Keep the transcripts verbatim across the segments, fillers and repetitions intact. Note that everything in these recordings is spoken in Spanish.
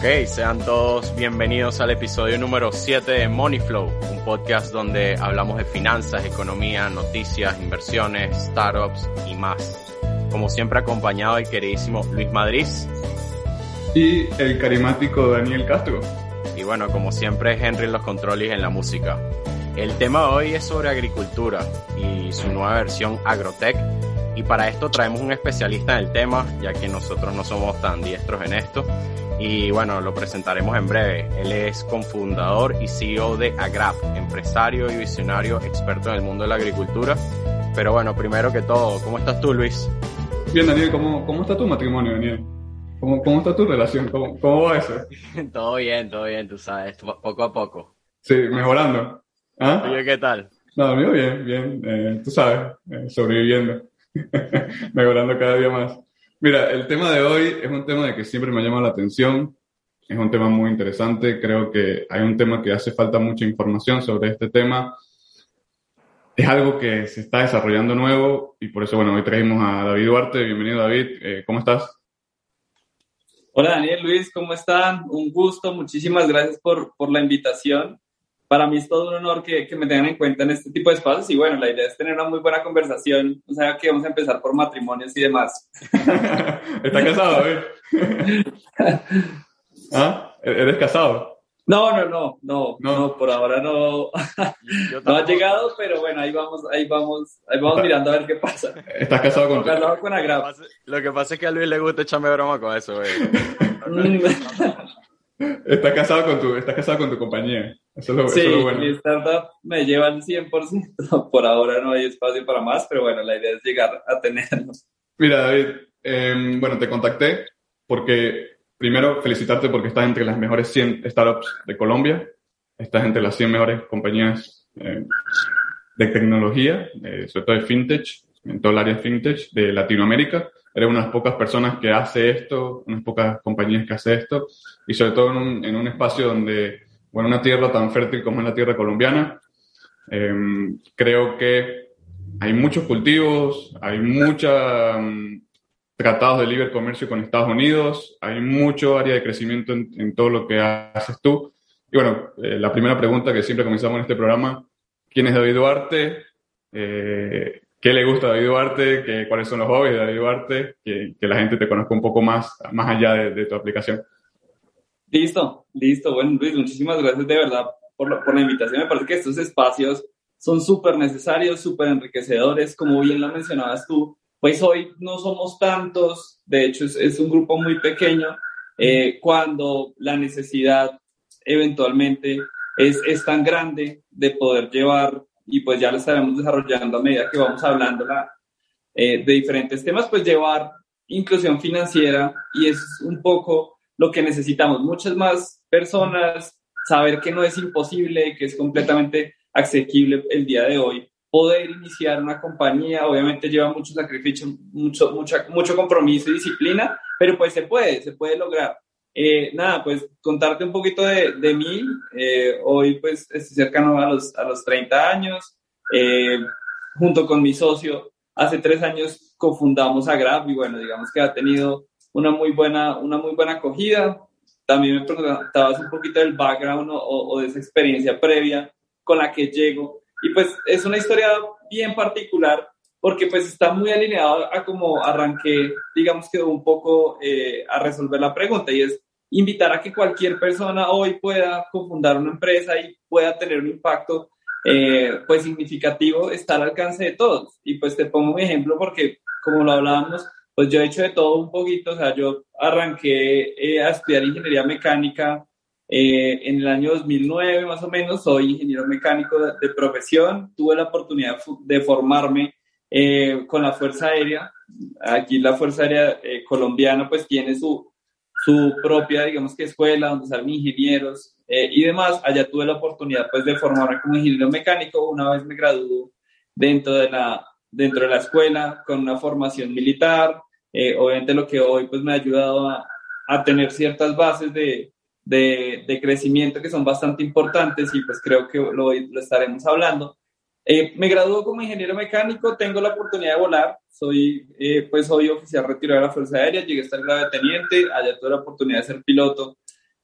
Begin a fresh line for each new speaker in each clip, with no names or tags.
Sean todos bienvenidos al episodio número siete de Money Flow, un podcast donde hablamos de finanzas, economía, noticias, inversiones, startups y más. Como siempre acompañado del queridísimo Luis Madrid.
Y el carismático Daniel Castro.
Y bueno, como siempre, Henry en los controles en la música. El tema de hoy es sobre agricultura y su nueva versión Agrotech. Y para esto traemos un especialista en el tema, ya que nosotros no somos tan diestros en esto. Y bueno, lo presentaremos en breve. Él es cofundador y C E O de Agrap, empresario y visionario experto en el mundo de la agricultura. Pero bueno, primero que todo, ¿cómo estás tú, Luis?
Bien, Daniel, ¿cómo, cómo está tu matrimonio, Daniel? ¿Cómo, cómo está tu relación? ¿Cómo, cómo va eso?
Todo bien, todo bien, tú sabes, poco a poco.
Sí, mejorando. ¿Ah?
Oye, ¿qué tal?
No, amigo, bien, bien. Eh, tú sabes, eh, sobreviviendo. Mejorando cada día más. Mira, el tema de hoy es un tema de que siempre me llama la atención. Es un tema muy interesante. Creo que hay un tema que hace falta mucha información sobre este tema. Es algo que se está desarrollando nuevo y por eso, bueno, hoy traemos a David Duarte. Bienvenido, David. Eh, ¿Cómo estás?
Hola, Daniel, Luis, ¿cómo están? Un gusto. Muchísimas gracias por, por la invitación. Para mí es todo un honor que, que me tengan en cuenta en este tipo de espacios y bueno, la idea es tener una muy buena conversación, o sea que vamos a empezar por matrimonios y demás.
¿Estás casado, David? ¿Ah? ¿Eres casado?
No, no, no, no,
no,
no por ahora no, no ha llegado, pero bueno, ahí vamos, ahí vamos, ahí vamos mirando a ver qué pasa.
¿Estás casado con,
casado con Agrap?
Lo que pasa es que a Luis le gusta echarme broma con eso, güey.
Estás casado con tu, estás casado con tu compañía. Eso es lo,
sí,
eso es lo bueno.
Mi startup me lleva al cien por ciento. Por ahora no hay espacio para más, pero bueno, la idea es llegar a tenerlo.
Mira, David, eh, bueno, te contacté porque, primero, felicitarte porque estás entre las mejores cien startups de Colombia. Estás entre las cien mejores compañías eh, de tecnología, eh, sobre todo de fintech, en todo el área de fintech de Latinoamérica. Eres una de las pocas personas que hace esto, unas pocas compañías que hace esto, y sobre todo en un, en un espacio donde, bueno, una tierra tan fértil como es la tierra colombiana, eh, creo que hay muchos cultivos, hay muchos um, tratados de libre comercio con Estados Unidos, hay mucho área de crecimiento en, en todo lo que haces tú. Y bueno, eh, la primera pregunta que siempre comenzamos en este programa, ¿quién es David Duarte? Eh, ¿Qué le gusta a David Duarte? ¿Qué, ¿Cuáles son los hobbies de David Duarte? Que, que la gente te conozca un poco más, más allá de, de tu aplicación.
Listo, listo. Bueno, Luis, muchísimas gracias de verdad por la, por la invitación. Me parece que estos espacios son súper necesarios, súper enriquecedores. Como bien lo mencionabas tú, pues hoy no somos tantos. De hecho, es, es un grupo muy pequeño. Eh, cuando la necesidad eventualmente es, es tan grande de poder llevar, y pues ya lo estaremos desarrollando a medida que vamos hablando la, eh, de diferentes temas, pues llevar inclusión financiera, y es un poco lo que necesitamos. Muchas más personas, saber que no es imposible, que es completamente asequible el día de hoy, poder iniciar una compañía. Obviamente lleva mucho sacrificio, mucho, mucho, mucho compromiso y disciplina, pero pues se puede, se puede lograr. Eh, nada, pues contarte un poquito de, de mí. Eh, hoy pues estoy cercano a los, a los treinta años. Eh, junto con mi socio, hace tres años cofundamos Agrap y bueno, digamos que ha tenido una muy buena, una muy buena acogida. También me preguntabas un poquito del background o, o de esa experiencia previa con la que llego. Y pues es una historia bien particular porque pues está muy alineado a, a cómo arranqué, digamos que un poco eh, a resolver la pregunta, y es invitar a que cualquier persona hoy pueda cofundar una empresa y pueda tener un impacto eh, pues significativo, está al alcance de todos. Y pues te pongo un ejemplo porque, como lo hablábamos, pues yo he hecho de todo un poquito. O sea, yo arranqué eh, a estudiar ingeniería mecánica eh, en el año dos mil nueve más o menos. Soy ingeniero mecánico de, de profesión. Tuve la oportunidad de formarme eh, con la Fuerza Aérea. Aquí la Fuerza Aérea eh, colombiana pues tiene su su propia, digamos que escuela, donde salen ingenieros eh, y demás. Allá tuve la oportunidad pues de formarme como ingeniero mecánico. Una vez me gradué dentro de la, dentro de la escuela con una formación militar, eh, obviamente lo que hoy pues me ha ayudado a, a tener ciertas bases de, de, de crecimiento que son bastante importantes, y pues creo que lo, lo estaremos hablando. Eh, me graduó como ingeniero mecánico, tengo la oportunidad de volar, soy, eh, pues soy oficial retirado de la Fuerza Aérea, llegué hasta el grado de teniente, allá tuve la oportunidad de ser piloto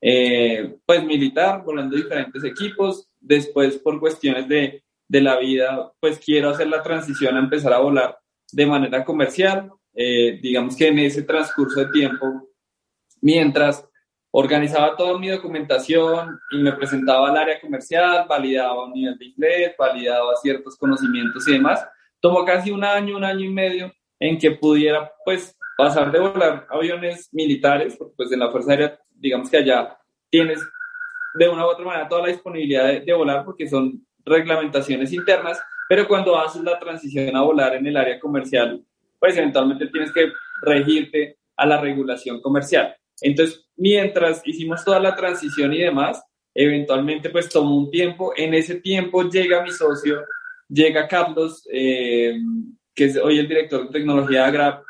eh, pues militar, volando diferentes equipos. Después, por cuestiones de, de la vida, pues quiero hacer la transición a empezar a volar de manera comercial. Eh, digamos que en ese transcurso de tiempo, mientras organizaba toda mi documentación y me presentaba al área comercial, validaba un nivel de inglés, validaba ciertos conocimientos y demás, tomó casi un año, un año y medio en que pudiera pues pasar de volar aviones militares, porque pues en la Fuerza Aérea digamos que allá tienes de una u otra manera toda la disponibilidad de, de volar porque son reglamentaciones internas, pero cuando haces la transición a volar en el área comercial, pues eventualmente tienes que regirte a la regulación comercial. Entonces, mientras hicimos toda la transición y demás, eventualmente pues tomó un tiempo. En ese tiempo llega mi socio, llega Carlos, eh, que es hoy el director de tecnología de Agrap,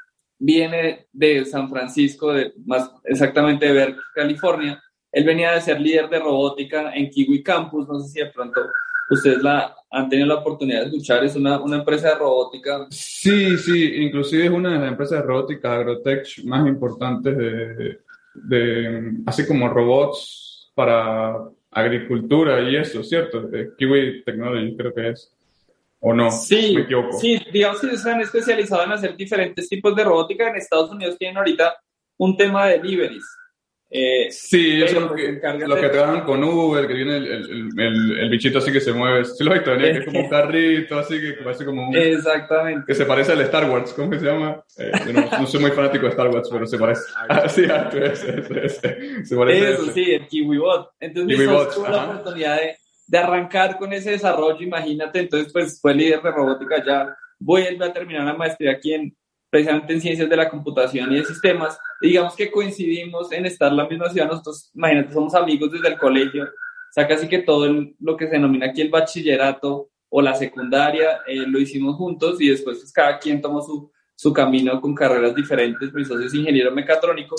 viene de San Francisco, de, más exactamente de Berkeley, California. Él venía de ser líder de robótica en Kiwi Campus, no sé si de pronto ustedes la, han tenido la oportunidad de escuchar, es una, una empresa de robótica.
Sí, sí, inclusive es una de las empresas de robótica agrotech más importantes de, de así como robots para agricultura y eso, ¿cierto? De Kiwi Technology creo que es, ¿o no?
Sí,
me equivoco.
Sí, digamos que se han especializado en hacer diferentes tipos de robótica. En Estados Unidos tienen ahorita un tema de deliveries. Eh,
sí, eso es lo
pues
que, lo
de...
que trabajan con Uber, que viene el, el, el, el bichito así que se mueve. ¿Sí lo has visto? Que es como un carrito, así que parece como un...
Exactamente.
Que se parece al Star Wars, ¿cómo que se llama? Eh, yo no, no soy muy fanático de Star Wars, pero se parece. Ah, sí, ese, ese, ese. Se parece
Eso,
ese.
sí, el KiwiBot. Entonces, mi
KiwiBot,
tuvo la oportunidad de, de arrancar con ese desarrollo, imagínate. Entonces, pues fue líder de robótica ya. Vuelve a terminar la maestría aquí en precisamente en ciencias de la computación y de sistemas. Y digamos que coincidimos en estar en la misma ciudad. Nosotros, imagínate, somos amigos desde el colegio. O sea, casi que todo el, lo que se denomina aquí el bachillerato o la secundaria eh, lo hicimos juntos y después pues, cada quien tomó su, su camino con carreras diferentes. Mi socio es ingeniero mecatrónico,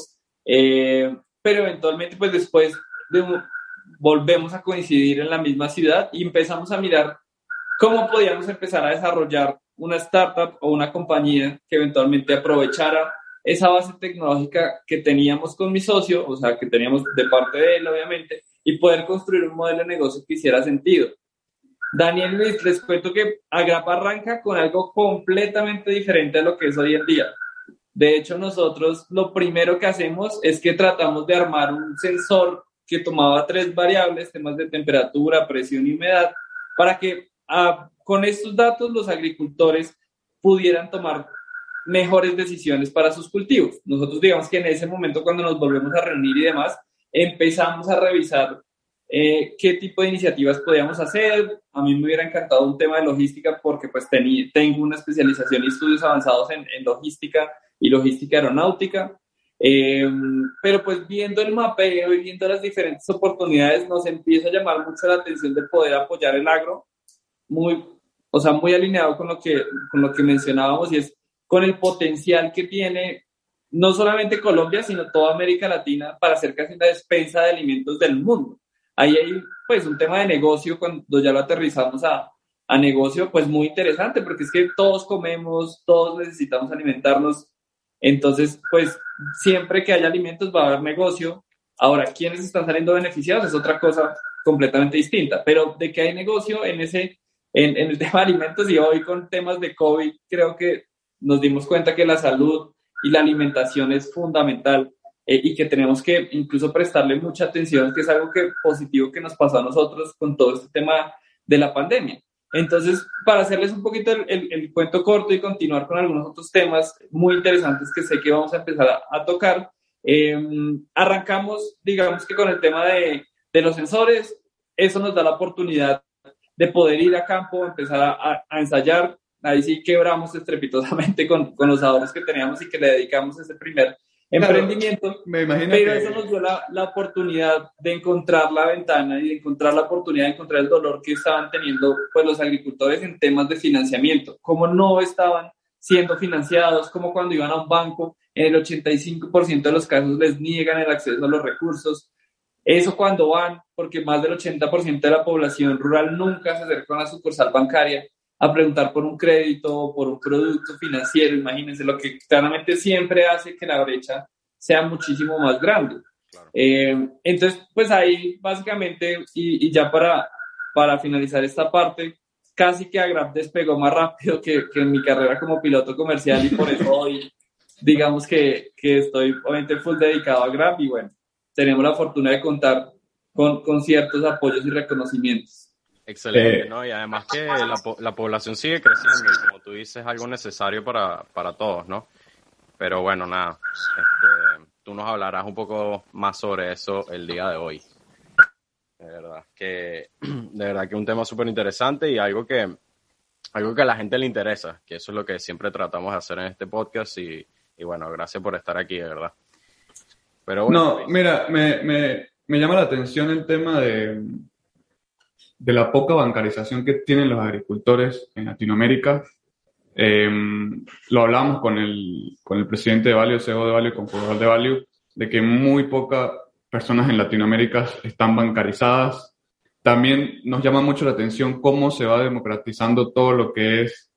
eh, pero eventualmente pues después de un, volvemos a coincidir en la misma ciudad y empezamos a mirar cómo podíamos empezar a desarrollar una startup o una compañía que eventualmente aprovechara esa base tecnológica que teníamos con mi socio, o sea, que teníamos de parte de él, obviamente, y poder construir un modelo de negocio que hiciera sentido. Daniel, Luis, les cuento que Agrap arranca con algo completamente diferente a lo que es hoy en día. De hecho, nosotros lo primero que hacemos es que tratamos de armar un sensor que tomaba tres variables, temas de temperatura, presión y humedad, para que a, con estos datos los agricultores pudieran tomar mejores decisiones para sus cultivos. Nosotros digamos que en ese momento cuando nos volvemos a reunir y demás, empezamos a revisar eh, qué tipo de iniciativas podíamos hacer. A mí me hubiera encantado un tema de logística porque pues tení, tengo una especialización y estudios avanzados en, en logística y logística aeronáutica. Eh, pero pues viendo el mapeo y viendo las diferentes oportunidades nos empieza a llamar mucho la atención de poder apoyar el agro, muy, o sea, muy alineado con lo que, con lo que mencionábamos y es con el potencial que tiene no solamente Colombia, sino toda América Latina para ser casi una despensa de alimentos del mundo. Ahí hay pues un tema de negocio, cuando ya lo aterrizamos a, a negocio, pues muy interesante, porque es que todos comemos, todos necesitamos alimentarnos, entonces pues siempre que haya alimentos va a haber negocio. Ahora, ¿quiénes están saliendo beneficiados? Es otra cosa completamente distinta, pero de que hay negocio en, ese, en, en el tema de alimentos, y hoy con temas de COVID creo que nos dimos cuenta que la salud y la alimentación es fundamental eh, y que tenemos que incluso prestarle mucha atención, que es algo que, positivo que nos pasó a nosotros con todo este tema de la pandemia. Entonces, para hacerles un poquito el, el, el cuento corto y continuar con algunos otros temas muy interesantes que sé que vamos a empezar a, a tocar, eh, arrancamos, digamos que con el tema de, de los sensores. Eso nos da la oportunidad de poder ir a campo, empezar a, a, a ensayar. Ahí sí quebramos estrepitosamente con, con los ahorros que teníamos y que le dedicamos ese primer claro, emprendimiento.
Me imagino
pero
que...
eso nos dio la, la oportunidad de encontrar la ventana y de encontrar la oportunidad de encontrar el dolor que estaban teniendo pues, los agricultores en temas de financiamiento. Cómo no estaban siendo financiados, como cuando iban a un banco, en el ochenta y cinco por ciento de los casos les niegan el acceso a los recursos. Eso cuando van, porque más del ochenta por ciento de la población rural nunca se acerca a una sucursal bancaria a preguntar por un crédito o por un producto financiero. Imagínense, lo que claramente siempre hace que la brecha sea muchísimo más grande. Claro. Eh, entonces, pues ahí básicamente, y, y ya para, para finalizar esta parte, casi que Agrap despegó más rápido que, que en mi carrera como piloto comercial y por eso hoy, digamos que, que estoy obviamente full dedicado a Agrap y bueno, tenemos la fortuna de contar con, con ciertos apoyos y reconocimientos.
Excelente, eh, ¿no? Y además que la, la población sigue creciendo y como tú dices, es algo necesario para, para todos, ¿no? Pero bueno, nada, este, tú nos hablarás un poco más sobre eso el día de hoy. De verdad que, de verdad que un tema súper interesante y algo que, algo que a la gente le interesa, que eso es lo que siempre tratamos de hacer en este podcast y, y bueno, gracias por estar aquí, de verdad.
Pero bueno, no, Luis. mira, me, me, me llama la atención el tema de, de la poca bancarización que tienen los agricultores en Latinoamérica. Eh, lo hablábamos con el, con el presidente de Value, C E O de Value, con fundador de Value, de que muy pocas personas en Latinoamérica están bancarizadas. También nos llama mucho la atención cómo se va democratizando todo lo que es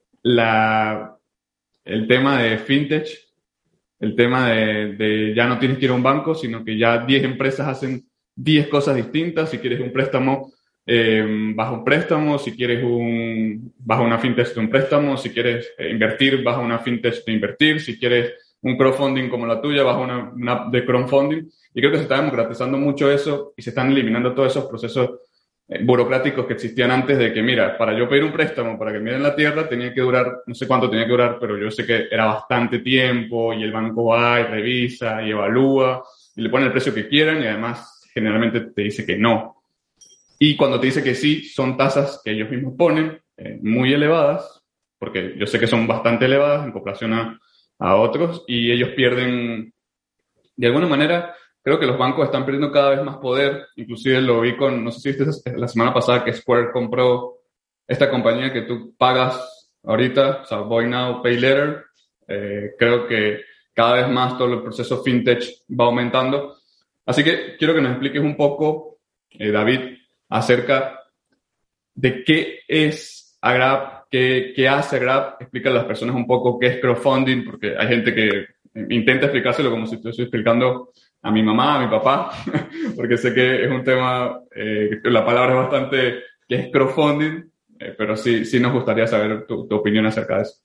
la, el tema de fintech, el tema de, de ya no tienes que ir a un banco, sino que ya diez empresas hacen diez cosas distintas. Si quieres un préstamo, eh, vas a un préstamo. Si quieres un, vas a una fintech de un préstamo. Si quieres eh, invertir, vas a una fintech de invertir. Si quieres un crowdfunding como la tuya, vas a una, una app de crowdfunding. Y creo que se está democratizando mucho eso y se están eliminando todos esos procesos eh, burocráticos que existían antes de que, mira, para yo pedir un préstamo, para que me den la tierra, tenía que durar, no sé cuánto tenía que durar, pero yo sé que era bastante tiempo y el banco va y revisa y evalúa y le pone el precio que quieran y además generalmente te dice que no. Y cuando te dice que sí, son tasas que ellos mismos ponen eh, muy elevadas, porque yo sé que son bastante elevadas en comparación a, a otros y ellos pierden, de alguna manera, creo que los bancos están perdiendo cada vez más poder. Inclusive lo vi con, no sé si viste la semana pasada que Square compró esta compañía que tú pagas ahorita, o sea, Buy Now, Pay Later. Eh, creo que cada vez más todo el proceso fintech va aumentando. Así que quiero que nos expliques un poco, eh, David, acerca de qué es Agrap, qué, qué hace Agrap. Explícale a las personas un poco qué es crowdfunding, porque hay gente que intenta explicárselo como si estuviese explicando a mi mamá, a mi papá, porque sé que es un tema, eh, la palabra es bastante, que es crowdfunding, eh, pero sí, sí nos gustaría saber tu, tu opinión acerca de eso.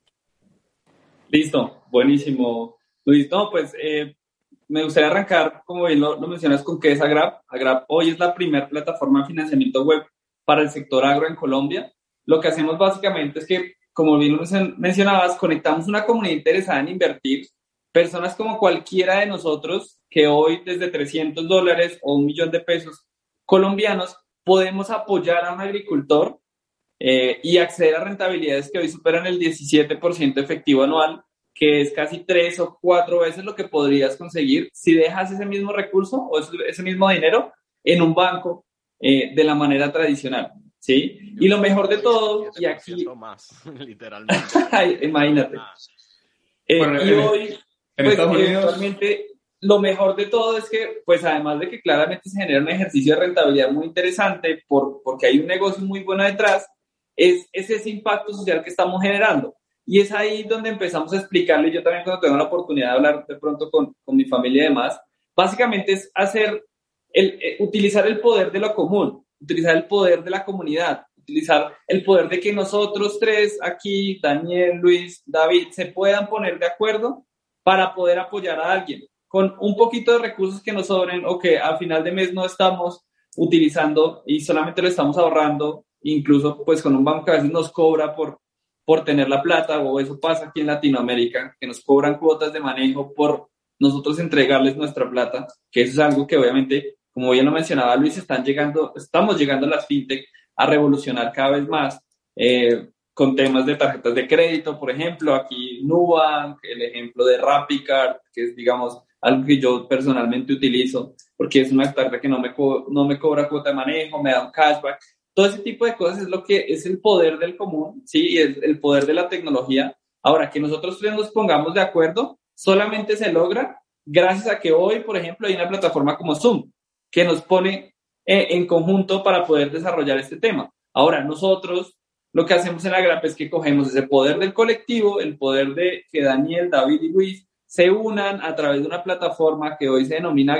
Listo, buenísimo. Luis, no, pues eh, me gustaría arrancar, como bien lo, lo mencionas, con qué es Agrap. Agrap hoy es la primera plataforma de financiamiento web para el sector agro en Colombia. Lo que hacemos básicamente es que, como bien lo mencionabas, conectamos una comunidad interesada en invertir, personas como cualquiera de nosotros que hoy desde trescientos dólares o un millón de pesos colombianos podemos apoyar a un agricultor eh, y acceder a rentabilidades que hoy superan el diecisiete por ciento efectivo anual, que es casi tres o cuatro veces lo que podrías conseguir si dejas ese mismo recurso o ese, ese mismo dinero en un banco eh, de la manera tradicional, ¿sí? Y lo mejor de todo, y aquí...
más, literalmente.
Imagínate. Eh, bueno, y hoy...
En
pues,
Estados Unidos,
eventualmente, lo mejor de todo es que, pues además de que claramente se genera un ejercicio de rentabilidad muy interesante por, porque hay un negocio muy bueno detrás, es, es ese impacto social que estamos generando. Y es ahí donde empezamos a explicarle, yo también cuando tengo la oportunidad de hablar de pronto con, con mi familia y demás, básicamente es hacer, el, eh, utilizar el poder de lo común, utilizar el poder de la comunidad, utilizar el poder de que nosotros tres aquí, Daniel, Luis, David, se puedan poner de acuerdo para poder apoyar a alguien con un poquito de recursos que nos sobren o que al final de mes no estamos utilizando y solamente lo estamos ahorrando, incluso pues con un banco que a veces nos cobra por, por tener la plata, o eso pasa aquí en Latinoamérica, que nos cobran cuotas de manejo por nosotros entregarles nuestra plata, que eso es algo que obviamente, como bien lo mencionaba Luis, están llegando, estamos llegando a las fintech a revolucionar cada vez más, eh, con temas de tarjetas de crédito, por ejemplo, aquí Nubank, el ejemplo de RappiCard, que es, digamos, algo que yo personalmente utilizo, porque es una tarjeta que no me, co- no me cobra cuota de manejo, me da un cashback. Todo ese tipo de cosas es lo que es el poder del común, ¿sí? Y es el poder de la tecnología. Ahora, que nosotros tres nos pongamos de acuerdo, solamente se logra gracias a que hoy, por ejemplo, hay una plataforma como Zoom, que nos pone eh, en conjunto para poder desarrollar este tema. Ahora, nosotros lo que hacemos en Agrap es que cogemos ese poder del colectivo, el poder de que Daniel, David y Luis se unan a través de una plataforma que hoy se denomina Agrap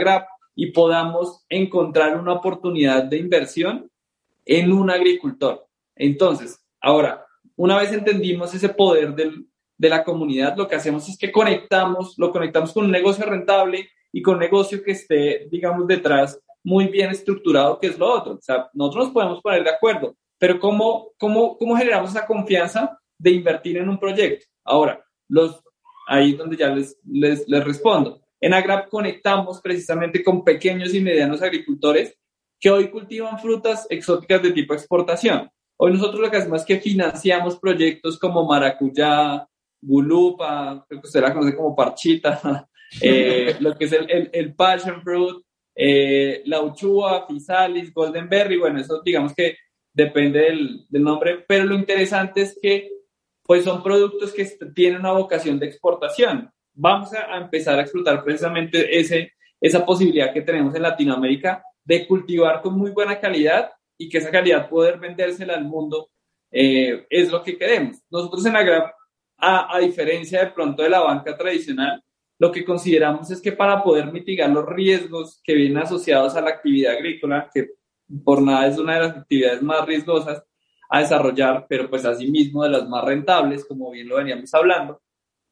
y podamos encontrar una oportunidad de inversión en un agricultor. Entonces, ahora, una vez entendimos ese poder del, de la comunidad, lo que hacemos es que conectamos, lo conectamos con un negocio rentable y con un negocio que esté, digamos, detrás muy bien estructurado, que es lo otro. O sea, nosotros nos podemos poner de acuerdo, pero ¿cómo, cómo, cómo generamos esa confianza de invertir en un proyecto? Ahora, los, ahí es donde ya les, les, les respondo. En Agrap conectamos precisamente con pequeños y medianos agricultores que hoy cultivan frutas exóticas de tipo exportación. Hoy nosotros lo que hacemos es que financiamos proyectos como maracuyá, gulupa, creo que usted la conoce como parchita, eh, lo que es el, el, el passion fruit, eh, la uchua, physalis, golden berry, bueno, eso digamos que depende del, del nombre, pero lo interesante es que pues son productos que tienen una vocación de exportación. Vamos a, a empezar a explotar precisamente ese, esa posibilidad que tenemos en Latinoamérica de cultivar con muy buena calidad y que esa calidad poder vendérsela al mundo eh, es lo que queremos. Nosotros en Agrap, a, a diferencia de pronto de la banca tradicional, lo que consideramos es que para poder mitigar los riesgos que vienen asociados a la actividad agrícola, que por nada es una de las actividades más riesgosas a desarrollar, pero pues asimismo de las más rentables, como bien lo veníamos hablando,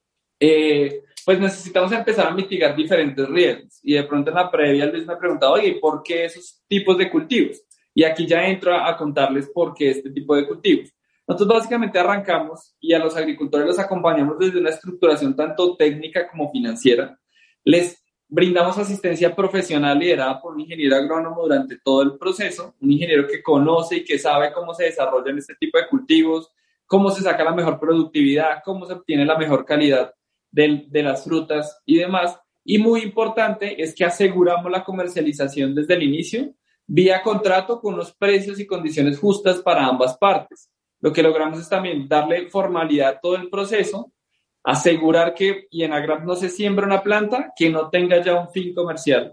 eh, pues necesitamos empezar a mitigar diferentes riesgos. Y de pronto en la previa Luis me preguntaba, oye, ¿por qué esos tipos de cultivos? Y aquí ya entro a, a contarles por qué este tipo de cultivos. Nosotros básicamente arrancamos y a los agricultores los acompañamos desde una estructuración tanto técnica como financiera. Les brindamos asistencia profesional liderada por un ingeniero agrónomo durante todo el proceso, un ingeniero que conoce y que sabe cómo se desarrollan este tipo de cultivos, cómo se saca la mejor productividad, cómo se obtiene la mejor calidad de, de las frutas y demás. Y muy importante es que aseguramos la comercialización desde el inicio vía contrato con unos precios y condiciones justas para ambas partes. Lo que logramos es también darle formalidad a todo el proceso, asegurar que, y en Agrap no se siembra una planta que no tenga ya un fin comercial,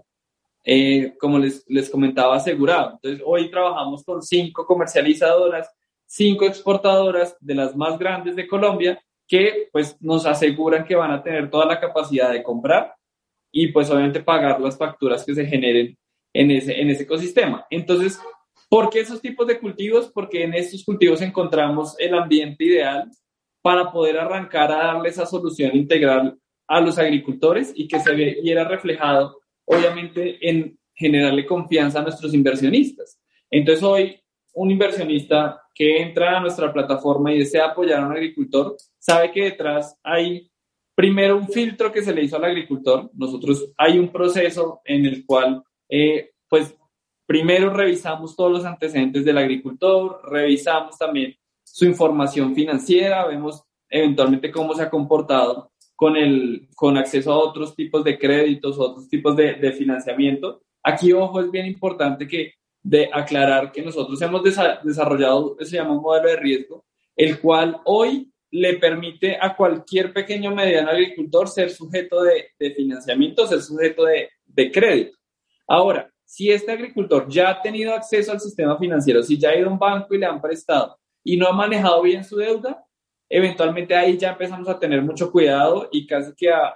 eh, como les, les comentaba, asegurado. Entonces, hoy trabajamos con cinco comercializadoras, cinco exportadoras de las más grandes de Colombia, que pues nos aseguran que van a tener toda la capacidad de comprar y pues obviamente pagar las facturas que se generen en ese, en ese ecosistema. Entonces, ¿por qué esos tipos de cultivos? Porque en estos cultivos encontramos el ambiente ideal para poder arrancar a darle esa solución integral a los agricultores y que se viera reflejado, obviamente, en generarle confianza a nuestros inversionistas. Entonces, hoy, un inversionista que entra a nuestra plataforma y desea apoyar a un agricultor, sabe que detrás hay, primero, un filtro que se le hizo al agricultor. Nosotros, hay un proceso en el cual, eh, pues, primero revisamos todos los antecedentes del agricultor, revisamos también su información financiera, vemos eventualmente cómo se ha comportado con, el, con acceso a otros tipos de créditos, otros tipos de, de financiamiento. Aquí, ojo, es bien importante que de aclarar que nosotros hemos desa- desarrollado, se llama un modelo de riesgo, el cual hoy le permite a cualquier pequeño o mediano agricultor ser sujeto de, de financiamiento, ser sujeto de, de crédito. Ahora, si este agricultor ya ha tenido acceso al sistema financiero, si ya ha ido a un banco y le han prestado y no ha manejado bien su deuda, eventualmente ahí ya empezamos a tener mucho cuidado y casi que a,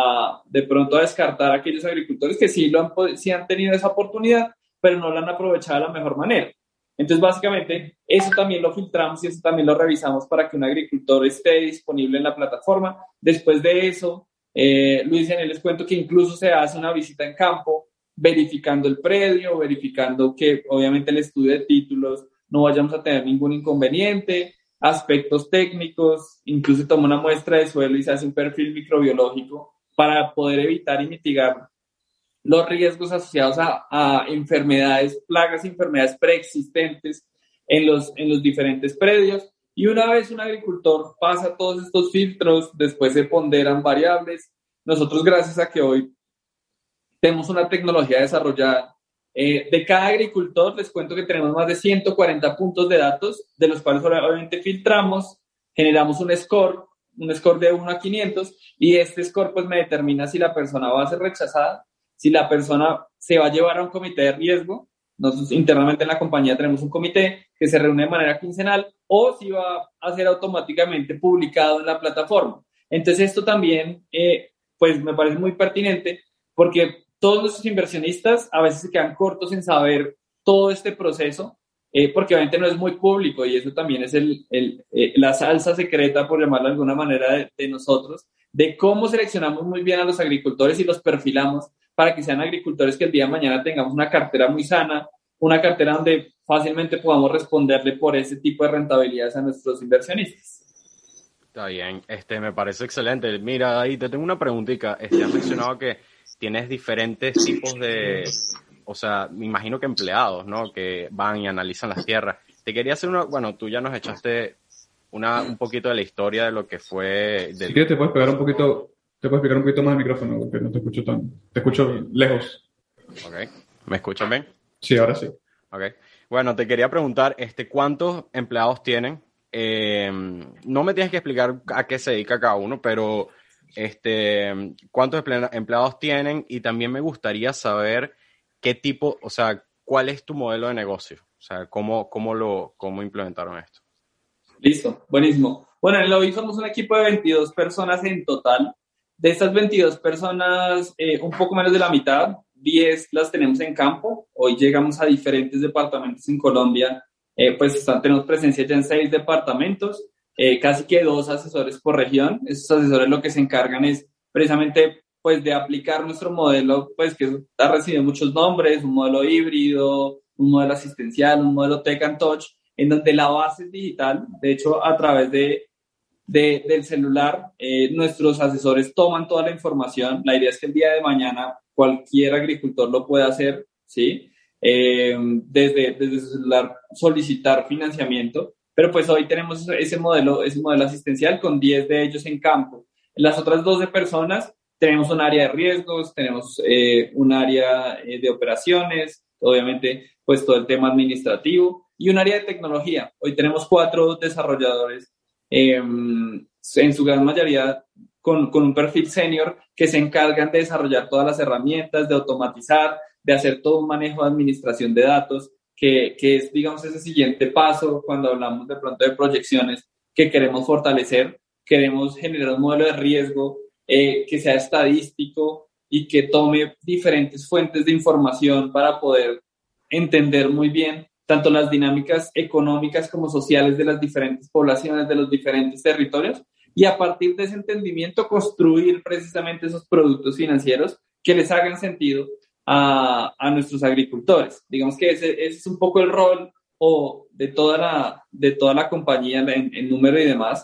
a de pronto a descartar a aquellos agricultores que sí, lo han, sí han tenido esa oportunidad, pero no la han aprovechado de la mejor manera. Entonces, básicamente, eso también lo filtramos y eso también lo revisamos para que un agricultor esté disponible en la plataforma. Después de eso, eh, Luis, en él les cuento que incluso se hace una visita en campo, verificando el predio, verificando que obviamente el estudio de títulos no vayamos a tener ningún inconveniente, aspectos técnicos, incluso toma una muestra de suelo y se hace un perfil microbiológico para poder evitar y mitigar los riesgos asociados a, a enfermedades, plagas y enfermedades preexistentes en los, en los diferentes predios. Y una vez un agricultor pasa todos estos filtros, después se ponderan variables. Nosotros, gracias a que hoy tenemos una tecnología desarrollada, eh, de cada agricultor les cuento que tenemos más de ciento cuarenta puntos de datos, de los cuales obviamente filtramos, generamos un score, un score de uno a quinientos, y este score pues me determina si la persona va a ser rechazada, si la persona se va a llevar a un comité de riesgo. Nosotros internamente en la compañía tenemos un comité que se reúne de manera quincenal, o si va a ser automáticamente publicado en la plataforma. Entonces esto también eh, pues me parece muy pertinente porque todos nuestros inversionistas a veces se quedan cortos en saber todo este proceso, eh, porque obviamente no es muy público y eso también es el, el, eh, la salsa secreta, por llamarlo de alguna manera, de, de nosotros, de cómo seleccionamos muy bien a los agricultores y los perfilamos para que sean agricultores que el día de mañana tengamos una cartera muy sana, una cartera donde fácilmente podamos responderle por ese tipo de rentabilidades a nuestros inversionistas.
Está bien, este, me parece excelente. Mira, ahí te tengo una preguntita. Este, has mencionado que tienes diferentes tipos de, o sea, me imagino que empleados, ¿no? Que van y analizan las tierras. Te quería hacer una, bueno, tú ya nos echaste una, un poquito de la historia de lo que fue... Del...
Si quieres te puedes pegar un poquito, te puedes pegar un poquito más el micrófono, porque no te escucho tan, te escucho lejos.
Ok, ¿me escuchan bien?
Sí, ahora sí.
Ok, bueno, te quería preguntar, este, ¿cuántos empleados tienen? Eh, no me tienes que explicar a qué se dedica cada uno, pero este, ¿cuántos empleados tienen? Y también me gustaría saber qué tipo, o sea, cuál es tu modelo de negocio, o sea, cómo, cómo lo, cómo implementaron esto.
Listo, buenísimo. Bueno, en Lovi somos un equipo de veintidós personas en total. De estas veintidós personas, eh, un poco menos de la mitad, diez las tenemos en campo. Hoy llegamos a diferentes departamentos en Colombia. Eh, pues están, tenemos presencia ya en seis departamentos, eh, casi que dos asesores por región. Esos asesores lo que se encargan es precisamente pues, de aplicar nuestro modelo, pues que ha recibido muchos nombres, un modelo híbrido, un modelo asistencial, un modelo Tech and Touch, en donde la base es digital. De hecho, a través de, de, del celular, eh, nuestros asesores toman toda la información. La idea es que el día de mañana cualquier agricultor lo pueda hacer, ¿sí? Eh, desde, desde su celular solicitar financiamiento, pero pues hoy tenemos ese modelo, ese modelo asistencial con diez de ellos en campo. En las otras doce personas tenemos un área de riesgos, tenemos eh, un área eh, de operaciones, obviamente pues todo el tema administrativo y un área de tecnología. Hoy tenemos cuatro desarrolladores, eh, en su gran mayoría con, con un perfil senior, que se encargan de desarrollar todas las herramientas, de automatizar, de hacer todo un manejo de administración de datos, que, que es, digamos, ese siguiente paso cuando hablamos de pronto de proyecciones que queremos fortalecer. Queremos generar un modelo de riesgo eh, que sea estadístico y que tome diferentes fuentes de información para poder entender muy bien tanto las dinámicas económicas como sociales de las diferentes poblaciones, de los diferentes territorios, y a partir de ese entendimiento construir precisamente esos productos financieros que les hagan sentido a, a nuestros agricultores. Digamos que ese, ese es un poco el rol o de, toda la, de toda la compañía en, en número y demás.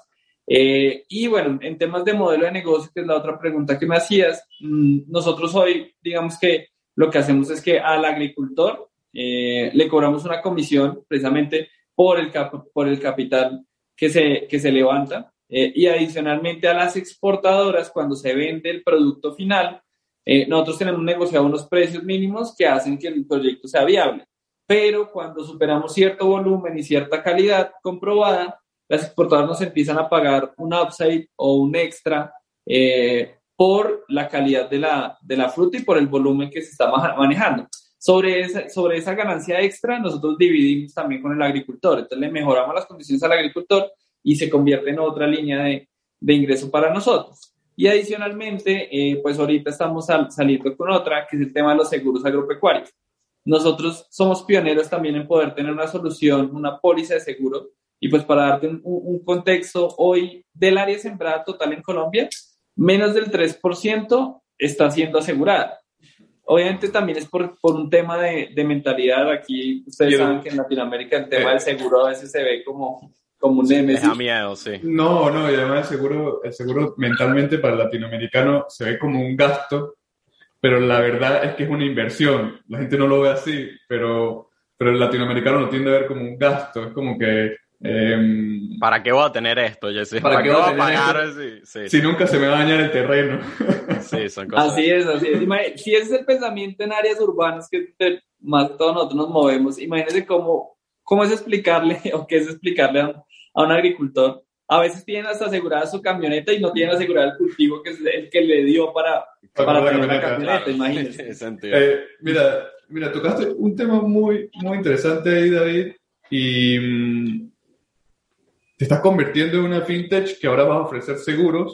Eh, y bueno, en temas de modelo de negocio, que es la otra pregunta que me hacías, nosotros hoy, digamos que lo que hacemos es que al agricultor eh, le cobramos una comisión precisamente por el, cap, por el capital que se, que se levanta, eh, y adicionalmente a las exportadoras, cuando se vende el producto final, eh, nosotros tenemos negociado unos precios mínimos que hacen que el proyecto sea viable, pero cuando superamos cierto volumen y cierta calidad comprobada, las exportadoras nos empiezan a pagar un upside o un extra eh, por la calidad de la, de la fruta y por el volumen que se está manejando. Sobre esa, sobre esa ganancia extra, nosotros dividimos también con el agricultor. Entonces, le mejoramos las condiciones al agricultor y se convierte en otra línea de, de ingreso para nosotros. Y adicionalmente, eh, pues ahorita estamos sal, saliendo con otra, que es el tema de los seguros agropecuarios. Nosotros somos pioneros también en poder tener una solución, una póliza de seguro. Y pues para darte un, un contexto, hoy del área sembrada total en Colombia, menos del tres por ciento está siendo asegurada. Obviamente también es por, por un tema de, de mentalidad. Aquí ustedes Yo, saben que en Latinoamérica el tema eh, del seguro a veces se ve como, como un némesis.
Da miedo, sí.
No, no, y además el seguro, el seguro mentalmente para el latinoamericano se ve como un gasto, pero la verdad es que es una inversión. La gente no lo ve así, pero, pero el latinoamericano lo tiende a ver como un gasto. Es como que... Eh,
¿para qué voy a tener esto, Jesse?
¿Para, ¿Para qué voy a
pagar? Sí, sí.
Si nunca se me va a dañar el terreno.
Sí, son cosas.
Así es, así es. Si ese es el pensamiento en áreas urbanas que más que todos nosotros nos movemos, imagínense cómo, cómo es explicarle o qué es explicarle a un, a un agricultor. A veces tienen hasta asegurada su camioneta y no tienen asegurado el cultivo que es el que le dio para, para, para tener la camioneta, imagínense.
Eh, mira, mira, tocaste un tema muy, muy interesante ahí, David, y... Mmm, te estás convirtiendo en una fintech que ahora vas a ofrecer seguros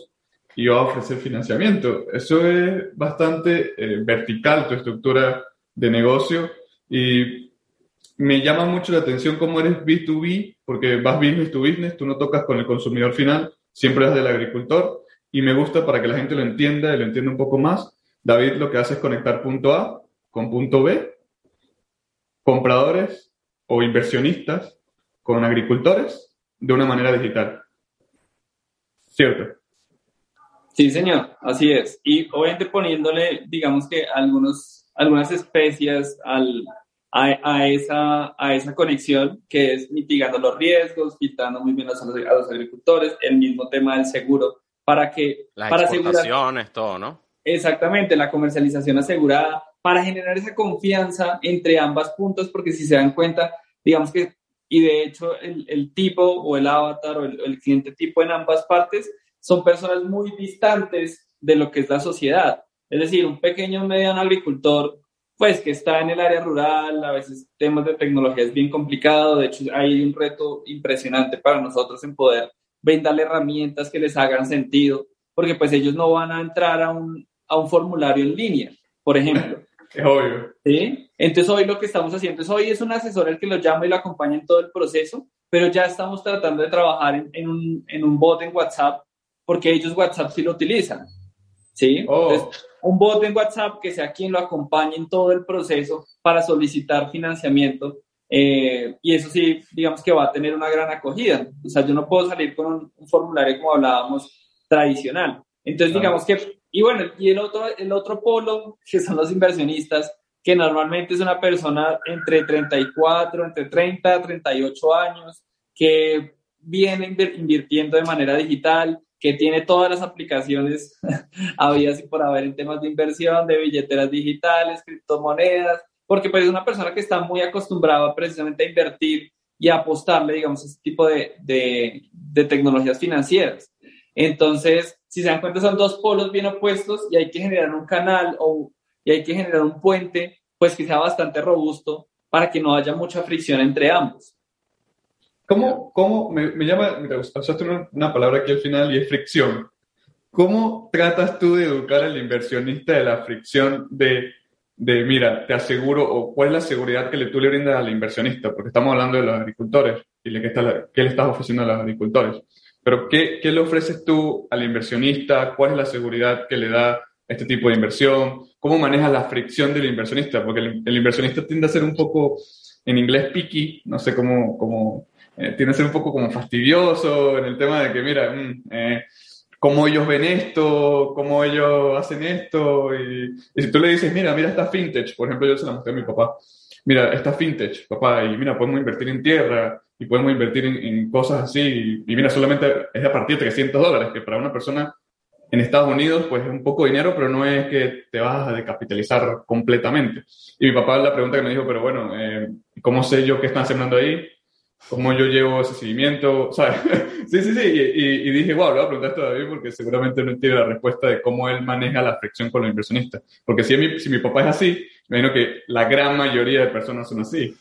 y va a ofrecer financiamiento. Eso es bastante eh, vertical, tu estructura de negocio, y me llama mucho la atención cómo eres B dos B, porque vas business to business, tú no tocas con el consumidor final, siempre es del agricultor, y me gusta para que la gente lo entienda y lo entienda un poco más. David lo que hace es conectar punto A con punto B, compradores o inversionistas con agricultores de una manera digital. ¿Cierto?
Sí, señor, así es. Y obviamente poniéndole, digamos que algunos, algunas especias al, a, a, esa, a esa conexión, que es mitigando los riesgos, quitando muy bien a los, a los agricultores, el mismo tema del seguro, para que...
Las
para
exportaciones,
asegurar,
todo, ¿no?
exactamente, la comercialización asegurada, para generar esa confianza entre ambas puntos, porque si se dan cuenta, digamos que, y de hecho el, el tipo o el avatar o el, el cliente tipo en ambas partes son personas muy distantes de lo que es la sociedad. Es decir, un pequeño o mediano agricultor, pues que está en el área rural, a veces temas de tecnología es bien complicado, de hecho hay un reto impresionante para nosotros en poder brindarle herramientas que les hagan sentido, porque pues ellos no van a entrar a un, a un formulario en línea, por ejemplo.
Es obvio.
¿Sí? Entonces hoy lo que estamos haciendo es, hoy es un asesor el que lo llama y lo acompaña en todo el proceso, pero ya estamos tratando de trabajar en, en, un, en un bot en WhatsApp, porque ellos WhatsApp sí lo utilizan, ¿sí?
Oh.
Entonces, un bot en WhatsApp que sea quien lo acompañe en todo el proceso para solicitar financiamiento, eh, y eso sí, digamos que va a tener una gran acogida. O sea, yo no puedo salir con un, un formulario como hablábamos tradicional. Entonces,
Claro.
digamos que, y bueno, y el otro, el otro polo, que son los inversionistas, que normalmente es una persona entre treinta y cuatro, entre treinta, treinta y ocho años, que viene invirtiendo de manera digital, que tiene todas las aplicaciones habidas y por haber en temas de inversión, de billeteras digitales, criptomonedas, porque pues es una persona que está muy acostumbrada precisamente a invertir y a apostarle, digamos, a este tipo de, de, de tecnologías financieras. Entonces, si se dan cuenta, son dos polos bien opuestos y hay que generar un canal o, y hay que generar un puente, pues que sea bastante robusto para que no haya mucha fricción entre ambos.
¿Cómo, cómo me, me llama, mira, usaste una, una palabra aquí al final y es fricción? ¿Cómo tratas tú de educar al inversionista de la fricción de, de mira, te aseguro, o cuál es la seguridad que le, tú le brindas al inversionista? Porque estamos hablando de los agricultores y le, ¿qué, está, qué le estás ofreciendo a los agricultores? Pero ¿qué, qué le ofreces tú al inversionista? ¿Cuál es la seguridad que le da este tipo de inversión? ¿Cómo manejas la fricción del inversionista? Porque el, el inversionista tiende a ser un poco, en inglés, picky, no sé cómo... cómo eh, tiende a ser un poco como fastidioso en el tema de que, mira, mm, eh, cómo ellos ven esto, cómo ellos hacen esto, y, y si tú le dices, mira, mira esta fintech, por ejemplo, yo se la mostré a mi papá, mira, esta fintech, papá, y mira, podemos invertir en tierra, y podemos invertir en, en cosas así, y, y mira, solamente es a partir de trescientos dólares, que para una persona en Estados Unidos, pues es un poco de dinero, pero no es que te vas a descapitalizar completamente. Y mi papá la pregunta que me dijo, pero bueno, eh, ¿cómo sé yo qué están sembrando ahí? ¿Cómo yo llevo ese seguimiento? ¿Sabes? Sí, sí, sí. Y, y, y dije, wow, le voy a preguntar esto a David porque seguramente no tiene la respuesta de cómo él maneja la fricción con los inversionistas. Porque si mi, si mi papá es así, me imagino que la gran mayoría de personas son así.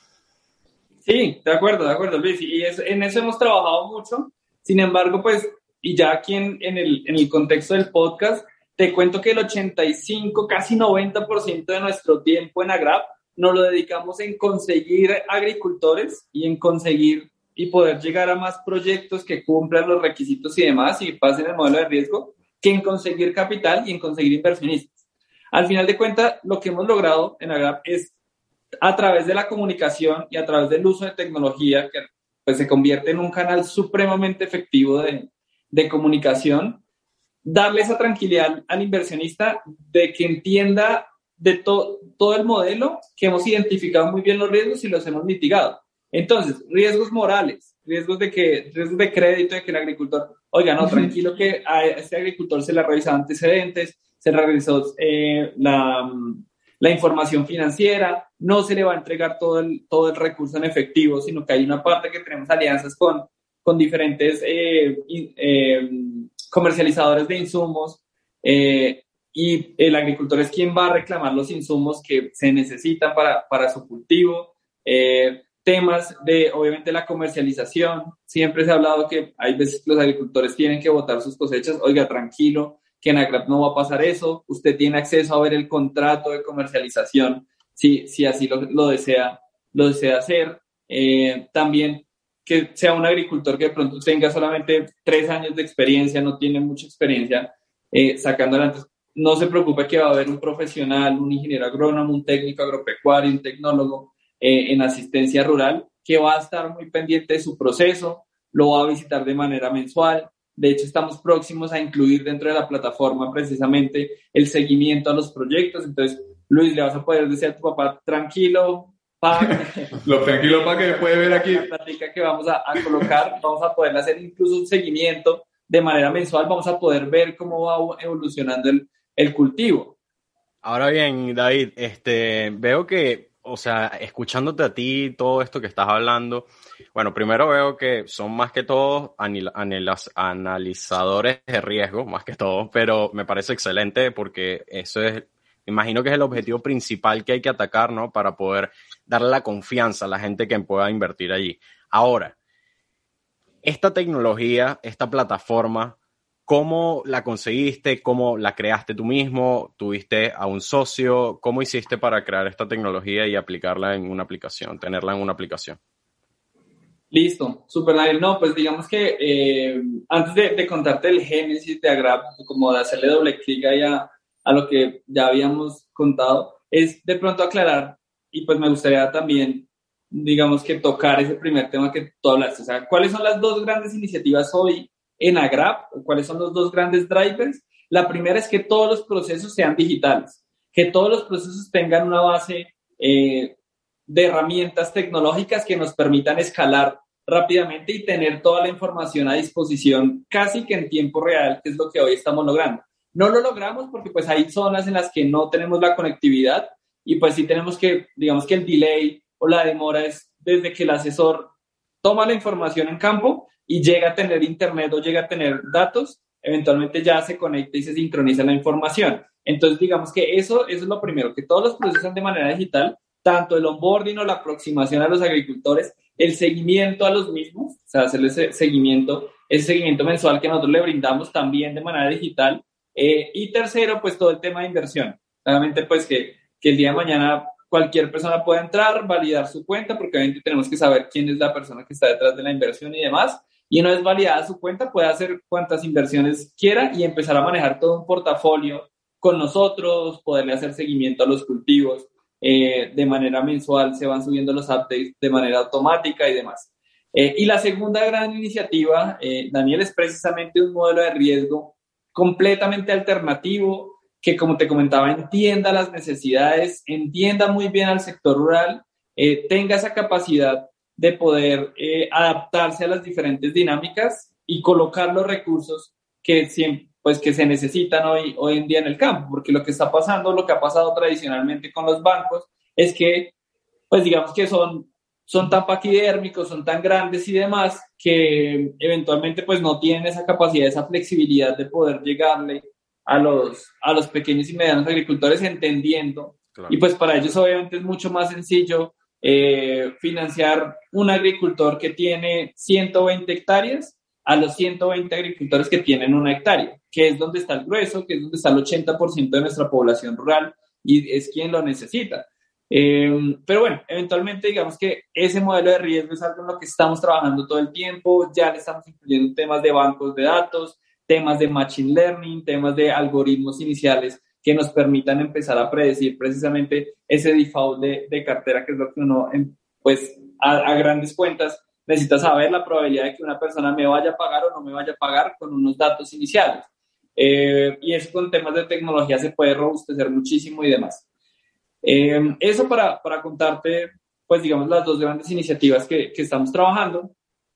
Sí, de acuerdo, de acuerdo, Luis. Y es, en eso hemos trabajado mucho. Sin embargo, pues, y ya aquí en, en, el, en el contexto del podcast, te cuento que el ochenta y cinco, casi noventa por ciento de nuestro tiempo en Agrap nos lo dedicamos en conseguir agricultores y en conseguir y poder llegar a más proyectos que cumplan los requisitos y demás y pasen el modelo de riesgo, que en conseguir capital y en conseguir inversionistas. Al final de cuentas, lo que hemos logrado en Agrap es, a través de la comunicación y a través del uso de tecnología, que pues, se convierte en un canal supremamente efectivo de, de comunicación, darle esa tranquilidad al inversionista de que entienda de to, todo el modelo, que hemos identificado muy bien los riesgos y los hemos mitigado. Entonces, riesgos morales, riesgos de que, riesgos de crédito, de que el agricultor, oiga, no, tranquilo que a este agricultor se le revisan antecedentes, se le revisó eh, la, la información financiera, no se le va a entregar todo el, todo el recurso en efectivo, sino que hay una parte que tenemos alianzas con, con diferentes eh, eh, comercializadores de insumos, eh, y el agricultor es quien va a reclamar los insumos que se necesitan para, para su cultivo. Eh, temas de, obviamente, la comercialización. Siempre se ha hablado que hay veces que los agricultores tienen que botar sus cosechas. Oiga, tranquilo, que en Agrap no va a pasar eso. Usted tiene acceso a ver el contrato de comercialización si, si así lo, lo, desea, lo desea hacer. Eh, también que sea un agricultor que de pronto tenga solamente tres años de experiencia, no tiene mucha experiencia eh, sacando adelante. No se preocupe que va a haber un profesional, un ingeniero agrónomo, un técnico agropecuario, un tecnólogo eh, en asistencia rural que va a estar muy pendiente de su proceso, lo va a visitar de manera mensual. De hecho, estamos próximos a incluir dentro de la plataforma precisamente el seguimiento a los proyectos. Entonces, Luis, le vas a poder decir a tu papá, tranquilo, pa,
lo tranquilo para que puede ver aquí.
La plática que vamos a, a colocar, vamos a poder hacer incluso un seguimiento de manera mensual, vamos a poder ver cómo va evolucionando el, el cultivo.
Ahora bien, David, este, veo que, o sea, escuchándote a ti, todo esto que estás hablando, bueno, primero veo que son más que todo anil, anilas, analizadores de riesgo, más que todo, pero me parece excelente porque eso es, imagino que es el objetivo principal que hay que atacar, ¿no? Para poder darle la confianza a la gente que pueda invertir allí. Ahora, esta tecnología, esta plataforma, ¿cómo la conseguiste? ¿Cómo la creaste tú mismo? ¿Tuviste a un socio? ¿Cómo hiciste para crear esta tecnología y aplicarla en una aplicación, tenerla en una aplicación?
Listo, super Daniel. No, pues digamos que eh, antes de, de contarte el génesis de Agrap, como de hacerle doble clic ahí a, a lo que ya habíamos contado, es de pronto aclarar, y pues me gustaría también, digamos que tocar ese primer tema que tú hablaste. O sea, ¿cuáles son las dos grandes iniciativas hoy en Agrap? ¿Cuáles son los dos grandes drivers? La primera es que todos los procesos sean digitales, que todos los procesos tengan una base eh, de herramientas tecnológicas que nos permitan escalar rápidamente y tener toda la información a disposición casi que en tiempo real, que es lo que hoy estamos logrando. No lo logramos porque pues hay zonas en las que no tenemos la conectividad y pues sí tenemos que, digamos que el delay o la demora es desde que el asesor toma la información en campo y llega a tener internet o llega a tener datos, eventualmente ya se conecta y se sincroniza la información. Entonces digamos que eso, eso es lo primero, que todos los procesos sean de manera digital, tanto el onboarding o la aproximación a los agricultores, el seguimiento a los mismos, o sea, hacerle ese seguimiento, ese seguimiento mensual que nosotros le brindamos también de manera digital. Eh, y tercero, pues todo el tema de inversión. Realmente, pues que, que el día de mañana cualquier persona pueda entrar, validar su cuenta, porque obviamente tenemos que saber quién es la persona que está detrás de la inversión y demás. Y una vez validada su cuenta, puede hacer cuantas inversiones quiera y empezar a manejar todo un portafolio con nosotros, poderle hacer seguimiento a los cultivos. Eh, de manera mensual se van subiendo los updates de manera automática y demás. Eh, y la segunda gran iniciativa, eh, Daniel, es precisamente un modelo de riesgo completamente alternativo que, como te comentaba, entienda las necesidades, entienda muy bien al sector rural, eh, tenga esa capacidad de poder eh, adaptarse a las diferentes dinámicas y colocar los recursos que siempre pues que se necesitan hoy, hoy en día en el campo, porque lo que está pasando, lo que ha pasado tradicionalmente con los bancos, es que, pues digamos que son, son tan paquidérmicos, son tan grandes y demás, que eventualmente pues no tienen esa capacidad, esa flexibilidad de poder llegarle a los, a los pequeños y medianos agricultores entendiendo, claro. Y pues para ellos obviamente es mucho más sencillo eh, financiar un agricultor que tiene ciento veinte hectáreas a los ciento veinte agricultores que tienen una hectárea, que es donde está el grueso, que es donde está el ochenta por ciento de nuestra población rural y es quien lo necesita. Eh, pero bueno, eventualmente digamos que ese modelo de riesgo es algo en lo que estamos trabajando todo el tiempo, ya le estamos incluyendo temas de bancos de datos, temas de machine learning, temas de algoritmos iniciales que nos permitan empezar a predecir precisamente ese default de, de cartera, que es lo que uno, pues a, a grandes cuentas, necesita saber la probabilidad de que una persona me vaya a pagar o no me vaya a pagar con unos datos iniciales. Eh, y eso con temas de tecnología se puede robustecer muchísimo y demás. Eh, eso para, para contarte, pues digamos, las dos grandes iniciativas que, que estamos trabajando.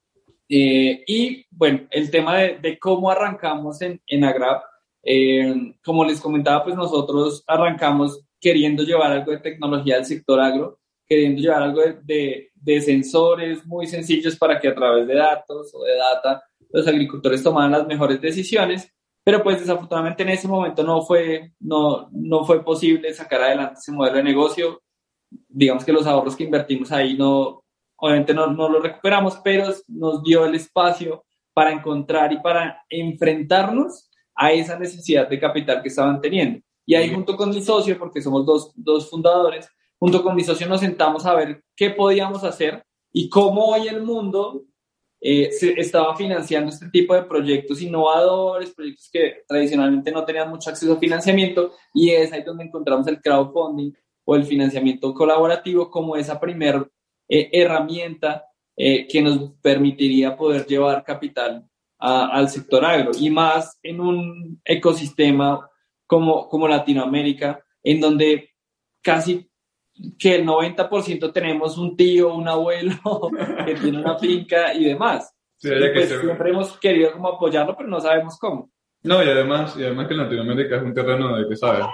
Eh, y bueno, el tema de, de cómo arrancamos en, en Agrap. Eh, como les comentaba, pues nosotros arrancamos queriendo llevar algo de tecnología al sector agro, queriendo llevar algo de, de, de sensores muy sencillos para que a través de datos o de data los agricultores tomaran las mejores decisiones, pero pues desafortunadamente en ese momento no fue, no, no fue posible sacar adelante ese modelo de negocio. Digamos que los ahorros que invertimos ahí no, obviamente no, no lo recuperamos, pero nos dio el espacio para encontrar y para enfrentarnos a esa necesidad de capital que estaban teniendo. Y ahí junto con mi socio, porque somos dos, dos fundadores, junto con mi socio nos sentamos a ver qué podíamos hacer y cómo hoy el mundo eh, se estaba financiando este tipo de proyectos innovadores, proyectos que tradicionalmente no tenían mucho acceso a financiamiento, y es ahí donde encontramos el crowdfunding o el financiamiento colaborativo como esa primer eh, herramienta eh, que nos permitiría poder llevar capital a, al sector agro, y más en un ecosistema como, como Latinoamérica, en donde casi que el noventa por ciento tenemos un tío, un abuelo que tiene una finca y demás.
Sí,
y
que
pues
se...
siempre hemos querido como apoyarlo, pero no sabemos cómo.
No, y además, y además que Latinoamérica es un terreno de que, ¿sabes?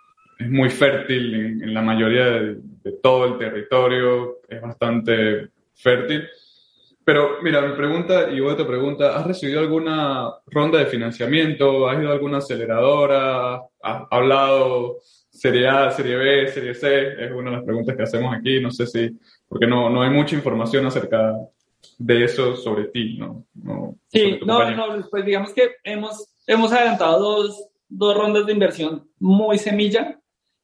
Es muy fértil en, en la mayoría de, de todo el territorio, es bastante fértil. Pero mira, mi pregunta, y otra pregunta, ¿has recibido alguna ronda de financiamiento? ¿Has ido a alguna aceleradora? ¿Has hablado Serie A, Serie B, Serie C? Es una de las preguntas que hacemos aquí, no sé si, porque no, no hay mucha información acerca de eso sobre ti, ¿no? no
sí, no, no, pues digamos que hemos, hemos adelantado dos, dos rondas de inversión muy semilla.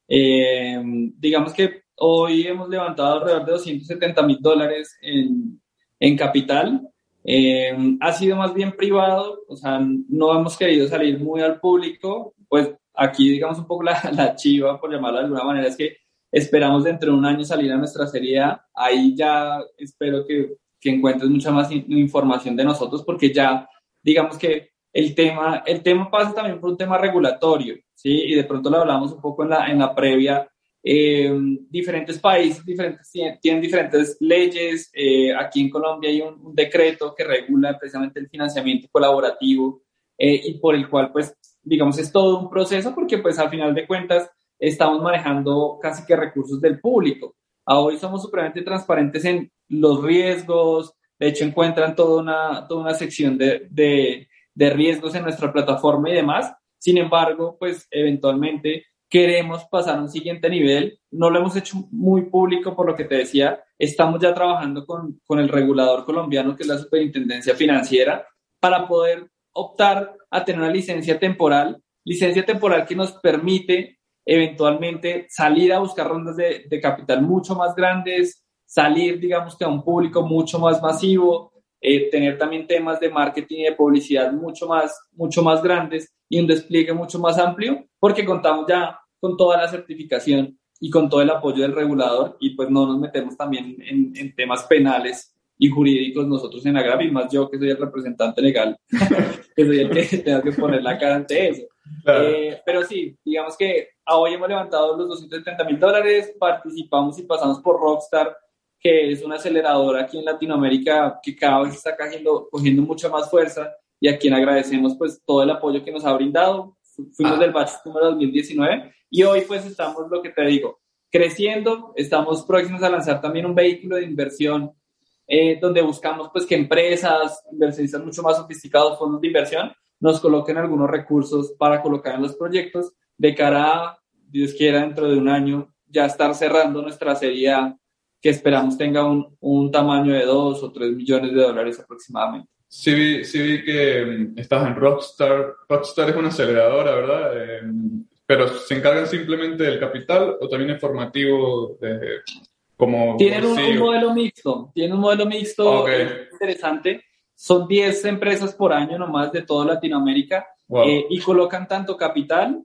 Eh, digamos que hoy hemos levantado alrededor de doscientos setenta mil dólares en en capital. Eh, ha sido más bien privado, o sea, no hemos querido salir muy al público, pues aquí digamos un poco la, la chiva, por llamarlo de alguna manera, es que esperamos dentro de un año salir a nuestra Serie A. Ahí ya espero que, que encuentres mucha más in- información de nosotros, porque ya digamos que el tema, el tema pasa también por un tema regulatorio, ¿sí? Y de pronto lo hablamos un poco en la, en la previa. Eh, diferentes países diferentes, tienen diferentes leyes. Eh, aquí en Colombia hay un, un decreto que regula precisamente el financiamiento colaborativo, eh, y por el cual, pues, digamos, es todo un proceso, porque pues al final de cuentas estamos manejando casi que recursos del público. A hoy somos supremamente transparentes en los riesgos. De hecho, encuentran toda una, toda una sección de, de, de riesgos en nuestra plataforma y demás. Sin embargo, pues eventualmente queremos pasar a un siguiente nivel. No lo hemos hecho muy público, por lo que te decía. Estamos ya trabajando con, con el regulador colombiano, que es la Superintendencia Financiera, para poder optar a tener una licencia temporal, licencia temporal que nos permite eventualmente salir a buscar rondas de, de capital mucho más grandes, salir, digamos, que a un público mucho más masivo, eh, tener también temas de marketing y de publicidad mucho más, mucho más grandes y un despliegue mucho más amplio, porque contamos ya con toda la certificación y con todo el apoyo del regulador, y pues no nos metemos también en, en temas penales y jurídicos nosotros en Agravi, más yo que soy el representante legal, que soy el que tengo que poner la cara ante eso. Claro. Eh, pero sí, digamos que hoy hemos levantado los doscientos setenta mil dólares, participamos y pasamos por Rockstar, que es una aceleradora aquí en Latinoamérica que cada vez está cogiendo, cogiendo mucha más fuerza, y a quien agradecemos pues todo el apoyo que nos ha brindado. Fuimos ah. del batch número dos mil diecinueve y hoy pues estamos, lo que te digo, creciendo. Estamos próximos a lanzar también un vehículo de inversión, eh, donde buscamos pues que empresas, inversionistas mucho más sofisticados, fondos de inversión, nos coloquen algunos recursos para colocar en los proyectos, de cara a, Dios quiera, dentro de un año ya estar cerrando nuestra serie A, que esperamos tenga un, un tamaño de dos o tres millones de dólares aproximadamente.
Sí vi, sí vi que um, estás en Rockstar. Rockstar es una aceleradora, ¿verdad? Eh, pero ¿se encargan simplemente del capital o también es formativo de, como...
Tienen un, un modelo mixto, tienen un modelo mixto okay. interesante. Son diez empresas por año nomás de toda Latinoamérica, wow. eh, y colocan tanto capital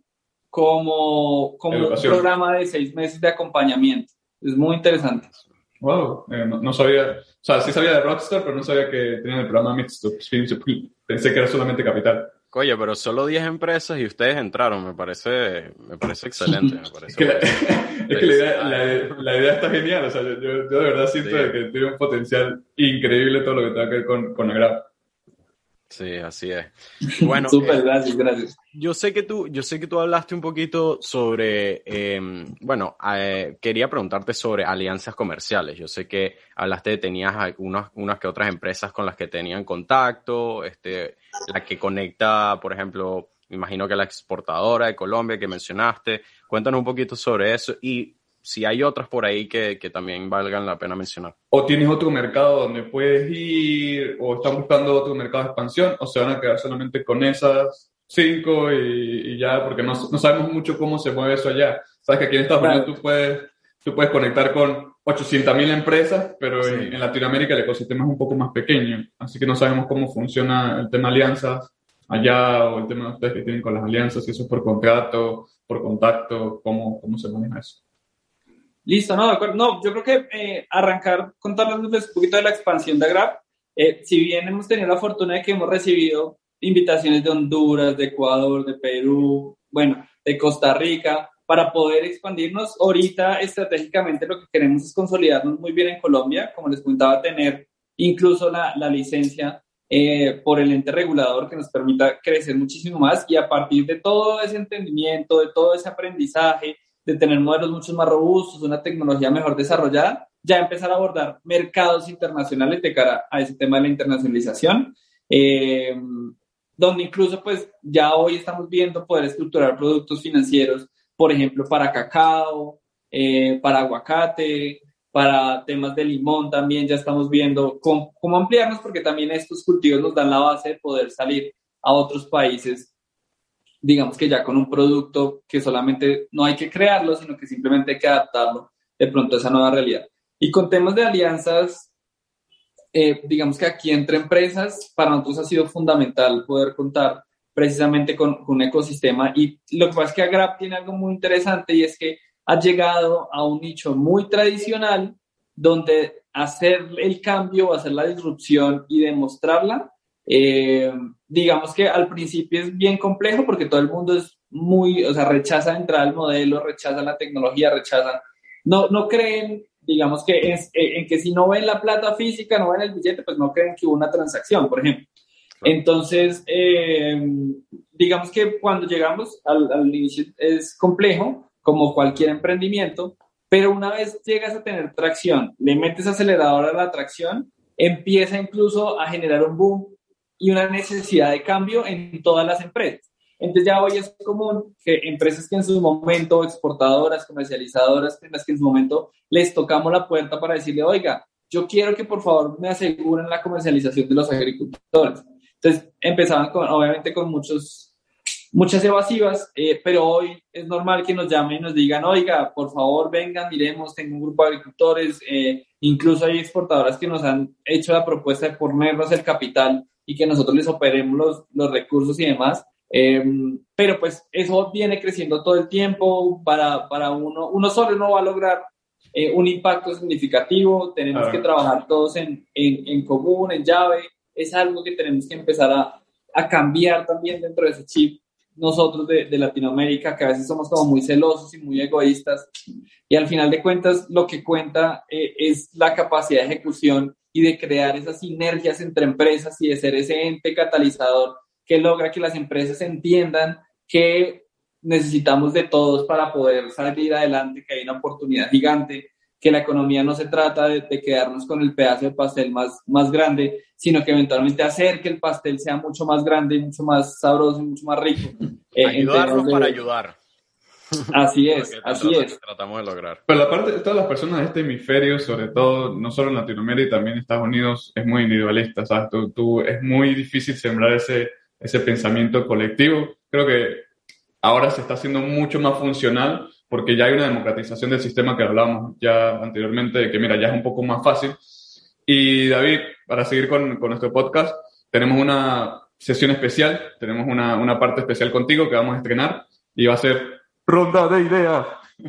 como, como un programa de seis meses de acompañamiento. Es muy interesante.
Wow, eh, no, no sabía, o sea, sí sabía de Rockstar, pero no sabía que tenían el programa mixto. Pensé que era solamente capital.
Oye, pero solo diez empresas y ustedes entraron, me parece, me parece excelente. Me parece
es que, la, es que la, idea, la, la idea está genial, o sea, yo, yo de verdad siento sí. que tiene un potencial increíble todo lo que tenga que ver con, con Agravi.
Sí, así es. Bueno,
súper, eh, gracias, gracias.
Yo sé que tú, yo sé que tú hablaste un poquito sobre, eh, bueno, eh, quería preguntarte sobre alianzas comerciales. Yo sé que hablaste de tenías algunas, unas que otras empresas con las que tenían contacto, este, la que conecta, por ejemplo, me imagino que la exportadora de Colombia que mencionaste. Cuéntanos un poquito sobre eso y si hay otras por ahí que, que también valgan la pena mencionar.
O tienes otro mercado donde puedes ir, o están buscando otro mercado de expansión, o se van a quedar solamente con esas cinco y, y ya, porque no, no sabemos mucho cómo se mueve eso allá. Sabes que aquí en Estados Unidos tú puedes, tú puedes conectar con ochocientas mil empresas, pero sí. en, en Latinoamérica el ecosistema es un poco más pequeño, así que no sabemos cómo funciona el tema alianzas allá, o el tema de ustedes que tienen con las alianzas, si eso es por contrato, por contacto, cómo, cómo se maneja eso.
Listo, no, de acuerdo. No, yo creo que eh, arrancar contándoles un poquito de la expansión de Agrap. Eh, si bien hemos tenido la fortuna de que hemos recibido invitaciones de Honduras, de Ecuador, de Perú, bueno, de Costa Rica, para poder expandirnos, ahorita estratégicamente lo que queremos es consolidarnos muy bien en Colombia, como les comentaba, tener incluso la, la licencia eh, por el ente regulador que nos permita crecer muchísimo más, y a partir de todo ese entendimiento, de todo ese aprendizaje, de tener modelos mucho más robustos, una tecnología mejor desarrollada, ya empezar a abordar mercados internacionales de cara a ese tema de la internacionalización, eh, donde incluso pues ya hoy estamos viendo poder estructurar productos financieros, por ejemplo, para cacao, eh, para aguacate, para temas de limón también ya estamos viendo cómo, cómo ampliarnos, porque también estos cultivos nos dan la base de poder salir a otros países, digamos que ya con un producto que solamente no hay que crearlo, sino que simplemente hay que adaptarlo de pronto a esa nueva realidad. Y con temas de alianzas, eh, digamos que aquí entre empresas, para nosotros ha sido fundamental poder contar precisamente con, con un ecosistema, y lo que pasa es que Agrap tiene algo muy interesante, y es que ha llegado a un nicho muy tradicional donde hacer el cambio, hacer la disrupción y demostrarla, eh, digamos que al principio es bien complejo porque todo el mundo es muy, o sea, rechaza entrar al modelo, rechaza la tecnología, rechaza, no, no creen, digamos que es, en que si no ven la plata física, no ven el billete, pues no creen que hubo una transacción, por ejemplo. Entonces, eh, digamos que cuando llegamos al, al inicio es complejo, como cualquier emprendimiento, pero una vez llegas a tener tracción, le metes acelerador a la tracción, empieza incluso a generar un boom y una necesidad de cambio en todas las empresas. Entonces ya hoy es común que empresas que en su momento, exportadoras, comercializadoras, en las que en su momento les tocamos la puerta para decirle, oiga, yo quiero que por favor me aseguren la comercialización de los agricultores. Entonces empezaban con, obviamente con muchos muchas evasivas, eh, pero hoy es normal que nos llamen y nos digan, oiga, por favor vengan, miremos, tengo un grupo de agricultores, eh, incluso hay exportadoras que nos han hecho la propuesta de ponernos el capital y que nosotros les operemos los, los recursos y demás, eh, pero pues eso viene creciendo todo el tiempo, para, para uno, uno solo no va a lograr eh, un impacto significativo, tenemos ah. que trabajar todos en, en, en común, en llave, es algo que tenemos que empezar a, a cambiar también dentro de ese chip, nosotros de, de Latinoamérica, que a veces somos como muy celosos y muy egoístas, y al final de cuentas lo que cuenta eh, es la capacidad de ejecución y de crear esas sinergias entre empresas y de ser ese ente catalizador que logra que las empresas entiendan que necesitamos de todos para poder salir adelante, que hay una oportunidad gigante, que la economía no se trata de, de quedarnos con el pedazo de pastel más, más grande, sino que eventualmente hacer que el pastel sea mucho más grande, mucho más sabroso y mucho más rico.
Eh, Ayudarnos de... para ayudar.
Así es, así es.
Tratamos de lograr.
Pero la parte de todas las personas de este hemisferio, sobre todo, no solo en Latinoamérica y también en Estados Unidos, es muy individualista, ¿sabes? Tú, tú, es muy difícil sembrar ese, ese pensamiento colectivo. Creo que ahora se está haciendo mucho más funcional porque ya hay una democratización del sistema que hablábamos ya anteriormente, de que mira, ya es un poco más fácil. Y David, para seguir con, con nuestro podcast, tenemos una sesión especial, tenemos una, una parte especial contigo que vamos a estrenar y va a ser ronda de ideas.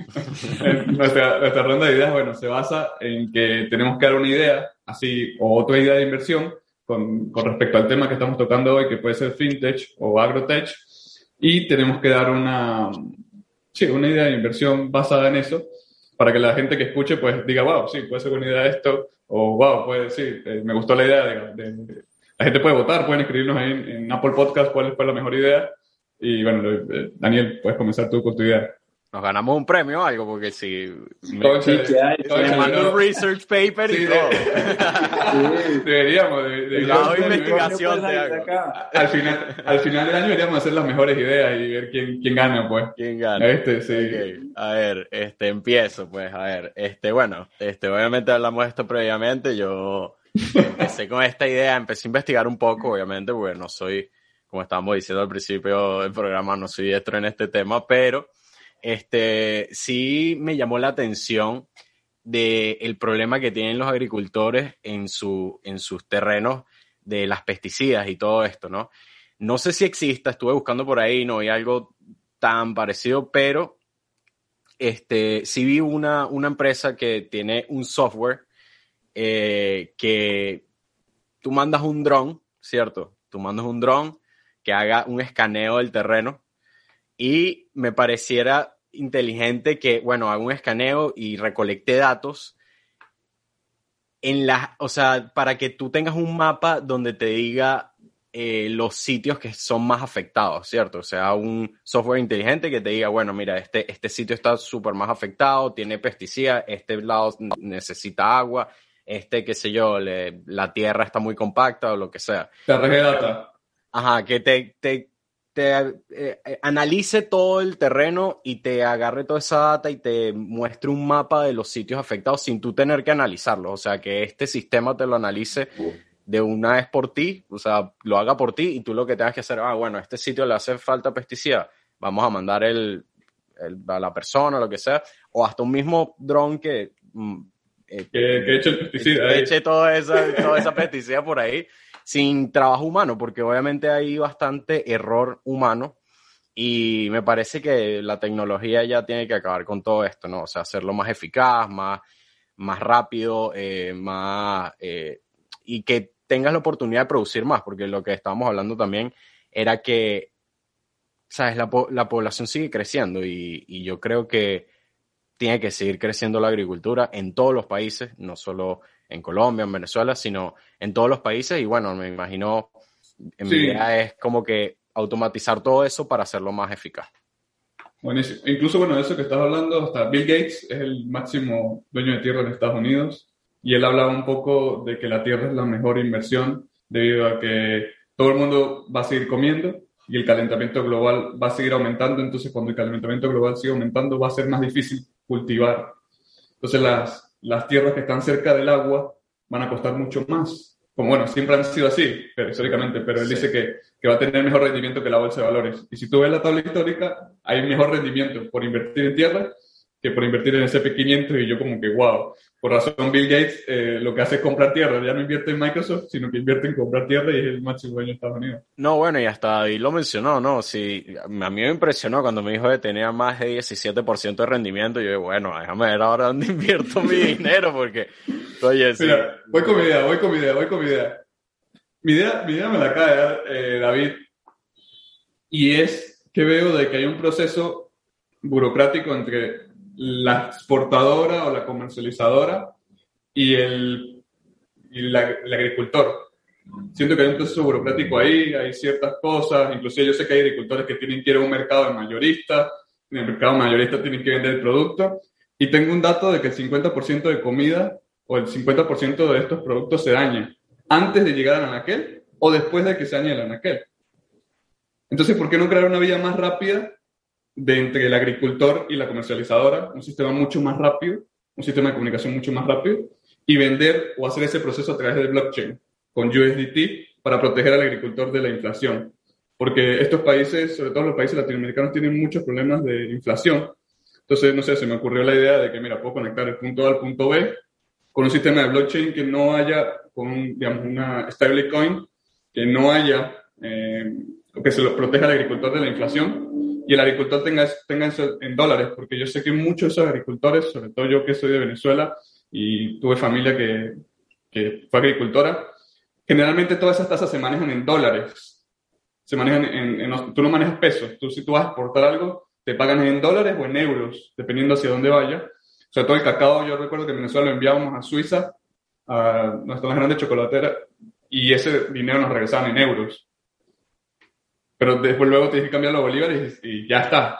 nuestra, nuestra ronda de ideas, bueno, se basa en que tenemos que dar una idea, así, o otra idea de inversión con, con respecto al tema que estamos tocando hoy, que puede ser fintech o agrotech, y tenemos que dar una... Sí, una idea de inversión basada en eso, para que la gente que escuche pues diga, wow, sí, puede ser una idea esto, o wow, puede, sí, eh, me gustó la idea. De, de, de... La gente puede votar, pueden escribirnos ahí en, en Apple Podcast cuál fue la mejor idea. Y bueno, eh, Daniel, puedes comenzar tú con tu idea.
nos ganamos un premio o algo, porque si me,
Todo
Sí,
ese-
que hay,
todo
sí,
me
ese
hay.
mando
dinero-
un research paper
Sí,
y
de-
todo.
Sí.
Deberíamos, de- de-
Trabajo de
de-
investigación
Unicornio puede
te
salir de
hago.
acá.
al final, al final del año deberíamos hacer las mejores ideas y ver quién, quién gana, pues.
¿Quién
¿Ya
gana?
viste? Sí.
Ok, a ver, este, empiezo, pues, a ver, este, bueno, este, obviamente hablamos de esto previamente, yo empecé con esta idea, empecé a investigar un poco, obviamente, porque no soy, como estábamos diciendo al principio del programa, no soy diestro en este tema, pero, este, sí me llamó la atención de el problema que tienen los agricultores en su, en sus terrenos de las pesticidas y todo esto, ¿no? No sé si exista, estuve buscando por ahí, no vi algo tan parecido, pero este, sí vi una, una empresa que tiene un software eh, que tú mandas un dron, ¿cierto? Tú mandas un dron que haga un escaneo del terreno y me pareciera inteligente que, bueno, haga un escaneo y recolecte datos en la, o sea, para que tú tengas un mapa donde te diga eh, los sitios que son más afectados, ¿cierto? O sea, un software inteligente que te diga, bueno, mira, este, este sitio está súper más afectado, tiene pesticidas, este lado necesita agua, este, qué sé yo, le, la tierra está muy compacta o lo que sea.
Te arreglé data.
Ajá, que te, te, te eh, eh, analice todo el terreno y te agarre toda esa data y te muestre un mapa de los sitios afectados sin tú tener que analizarlo. O sea, que este sistema te lo analice de una vez por ti, o sea, lo haga por ti y tú lo que tengas que hacer, ah, bueno, a este sitio le hace falta pesticida, vamos a mandar el, el, a la persona, lo que sea, o hasta un mismo dron que... mm, eh,
Que, que eche el pesticida
que
ahí.
eche toda esa, toda esa pesticida por ahí sin trabajo humano, porque obviamente hay bastante error humano y me parece que la tecnología ya tiene que acabar con todo esto, ¿no? O sea, hacerlo más eficaz, más, más rápido, eh, más... Eh, y que tengas la oportunidad de producir más, porque lo que estábamos hablando también era que, ¿sabes? La, po- la población sigue creciendo y, y yo creo que tiene que seguir creciendo la agricultura en todos los países, no solo en Colombia, en Venezuela, sino en todos los países. Y bueno, me imagino, en mi
Sí.
idea es como que automatizar todo eso para hacerlo más eficaz.
Buenísimo. Incluso, bueno, de eso que estás hablando, hasta Bill Gates es el máximo dueño de tierra en Estados Unidos y él hablaba un poco de que la tierra es la mejor inversión debido a que todo el mundo va a seguir comiendo y el calentamiento global va a seguir aumentando. Entonces, cuando el calentamiento global sigue aumentando, va a ser más difícil cultivar. Entonces, las, las tierras que están cerca del agua van a costar mucho más. Como bueno, siempre han sido así, pero históricamente, pero él
Sí.
dice que, que va a tener mejor rendimiento que la bolsa de valores. Y si tú ves la tabla histórica, hay mejor rendimiento por invertir en tierra que por invertir en el ese pe quinientos y yo como que, wow, por razón Bill Gates eh, lo que hace es comprar tierra, ya no invierte en Microsoft, sino que invierte en comprar tierra y es el máximo dueño de Estados Unidos.
No, bueno, y hasta David lo mencionó, ¿no? Sí, a mí me impresionó cuando me dijo que tenía más de diecisiete por ciento de rendimiento. Yo dije, bueno, déjame ver ahora dónde invierto mi dinero, porque, oye, sí.
Mira, voy con mi idea, voy con mi idea, voy con mi idea. Mi idea, mi idea me la acaba de dar eh, David, y es que veo de que hay un proceso burocrático entre la exportadora o la comercializadora y el, y la, el agricultor. Siento que hay un proceso burocrático ahí, hay ciertas cosas, inclusive yo sé que hay agricultores que tienen que ir a un mercado de mayorista, en el mercado mayorista tienen que vender el producto, y tengo un dato de que el cincuenta por ciento de comida o el cincuenta por ciento de estos productos se daña antes de llegar al anaquel o después de que se dañe el anaquel. Entonces, ¿por qué no crear una vía más rápida de entre el agricultor y la comercializadora? Un sistema mucho más rápido, un sistema de comunicación mucho más rápido, y vender o hacer ese proceso a través del blockchain con U S D T para proteger al agricultor de la inflación. Porque estos países, sobre todo los países latinoamericanos, tienen muchos problemas de inflación. Entonces, no sé, se me ocurrió la idea de que, mira, puedo conectar el punto A al punto B con un sistema de blockchain que no haya, con un, digamos, una stablecoin, que no haya, eh, que se lo proteja al agricultor de la inflación y el agricultor tenga, tenga eso en dólares, porque yo sé que muchos de esos agricultores, sobre todo yo que soy de Venezuela y tuve familia que, que fue agricultora, generalmente todas esas tasas se manejan en dólares. Se manejan en, en, en, tú no manejas pesos. Tú, si tú vas a exportar algo, te pagan en dólares o en euros, dependiendo hacia dónde vaya. Sobre todo el cacao, yo recuerdo que en Venezuela lo enviábamos a Suiza, a nuestras grandes chocolateras, y ese dinero nos regresaban en euros. Pero después luego tienes que cambiarlo a bolívares y, y ya está.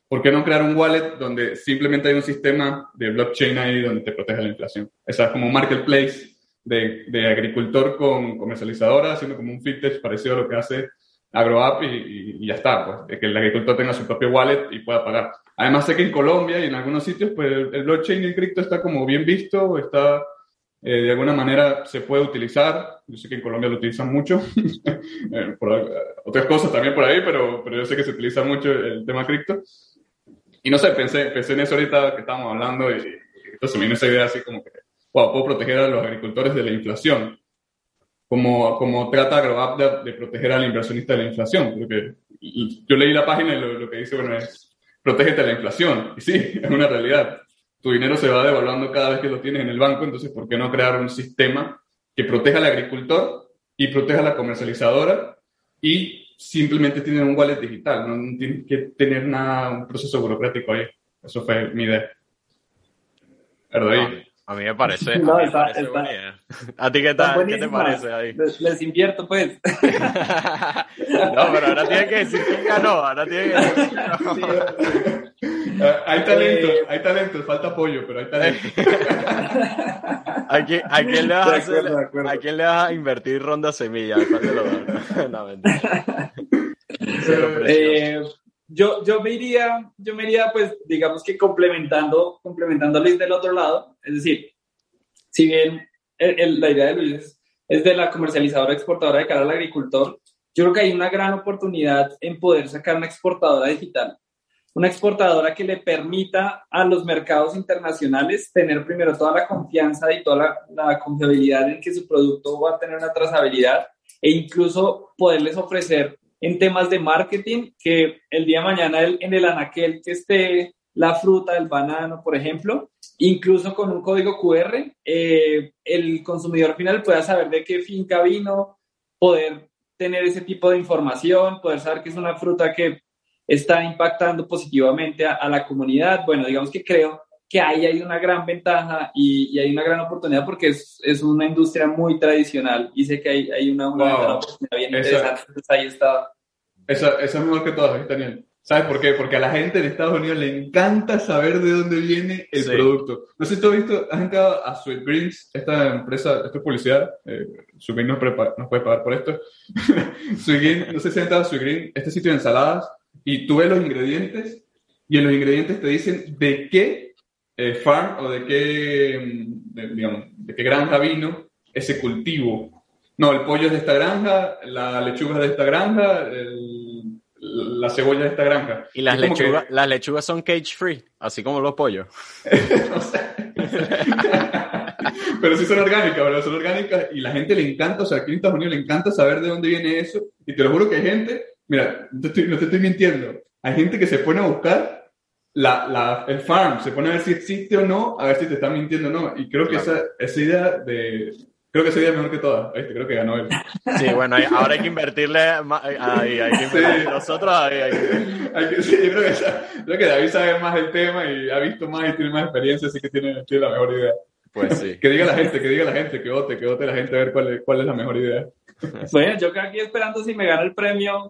¿por qué no crear un wallet donde simplemente hay un sistema de blockchain ahí donde te protege la inflación? Esa es como un marketplace de, de agricultor con comercializadora, haciendo como un fintech parecido a lo que hace AgroApp y, y, y ya está, pues, de que el agricultor tenga su propio wallet y pueda pagar. Además sé que en Colombia y en algunos sitios, pues el blockchain y el cripto está como bien visto, está eh, de alguna manera se puede utilizar. Yo sé que en Colombia lo utilizan mucho, eh, por, uh, otras cosas también por ahí, pero, pero yo sé que se utiliza mucho el tema cripto. Y no sé, pensé, pensé en eso ahorita que estábamos hablando y, y entonces me vino esa idea así como que, wow, puedo proteger a los agricultores de la inflación. Como, como trata AgroApp de, de proteger al inversionista de la inflación. Porque y yo leí la página y lo, lo que dice, bueno, es protégete de la inflación. Y sí, es una realidad. Tu dinero se va devaluando cada vez que lo tienes en el banco, entonces ¿por qué no crear un sistema que proteja al agricultor y proteja a la comercializadora y simplemente tienen un wallet digital? No tienes que tener nada, un proceso burocrático ahí. Eso fue mi idea. ¿Verdad?
A mí me parece,
no,
a mí
está,
me parece
está,
buena idea. ¿A ti qué tal? ¿Qué te parece ahí?
Les, les invierto, pues.
No, pero ahora tienen que decir quién ganó. Ahora tienen que decir quién ganó.
Uh, hay talento, eh, hay talento, falta apoyo, pero hay talento.
¿A quién, a quién le vas a hacer, a quién le vas a invertir ronda semilla? ¿Cuál te lo da? No, mentira.
Eh, yo, yo me iría, yo me iría, pues, digamos que complementando, complementando a Luis del otro lado. Es decir, si bien el, el, la idea de Luis es, es de la comercializadora exportadora de cara al agricultor, yo creo que hay una gran oportunidad en poder sacar una exportadora digital. Una exportadora que le permita a los mercados internacionales tener primero toda la confianza y toda la, la confiabilidad en que su producto va a tener una trazabilidad e incluso poderles ofrecer en temas de marketing que el día de mañana el, en el anaquel que esté la fruta, el banano, por ejemplo, incluso con un código cu erre, eh, el consumidor final pueda saber de qué finca vino, poder tener ese tipo de información, poder saber que es una fruta que está impactando positivamente a, a la comunidad. Bueno, digamos que creo que ahí hay una gran ventaja y, y hay una gran oportunidad porque es, es una industria muy tradicional y sé que hay, hay una, una
wow.
oportunidad bien
esa,
interesante. Entonces ahí está.
Esa, esa es mejor que todas, Daniel. ¿Sabes por qué? Porque a la gente de Estados Unidos le encanta saber de dónde viene el sí. producto. No sé si tú has visto, has entrado a Sweetgreens, esta empresa, esto es publicidad, eh, Sweetgreens nos, nos puede pagar por esto. Sweetgreens, no sé si has entrado a Sweetgreens, este sitio de ensaladas, y tú ves los ingredientes, y en los ingredientes te dicen de qué eh, farm o de qué, de, digamos, de qué granja vino ese cultivo. No, el pollo es de esta granja, la lechuga es de esta granja, el, la cebolla es de esta granja.
Y las lechugas, que... las lechugas son cage free, así como los pollos.
No sé. Pero sí son orgánicas, ¿verdad? Son orgánicas y la gente le encanta, o sea, aquí en Estados Unidos le encanta saber de dónde viene eso. Y te lo juro que hay gente, mira, no te estoy, no te estoy mintiendo, hay gente que se pone a buscar la, la, el farm, se pone a ver si existe o no, a ver si te están mintiendo o no. Y creo que claro. esa, esa idea de... Creo que sería mejor que todas, ¿viste? Creo que ganó él.
Sí, bueno, ahora hay que invertirle ahí, hay que invertirle sí. nosotros ahí. Hay que...
Hay que, sí, yo creo que, ya, creo que David sabe más del tema y ha visto más y tiene más experiencia, así que tiene, tiene la mejor idea.
Pues sí.
Que diga la gente, que diga la gente, que vote, que vote la gente a ver cuál es, cuál es la mejor idea.
Bueno, yo creo aquí esperando si me gano el premio.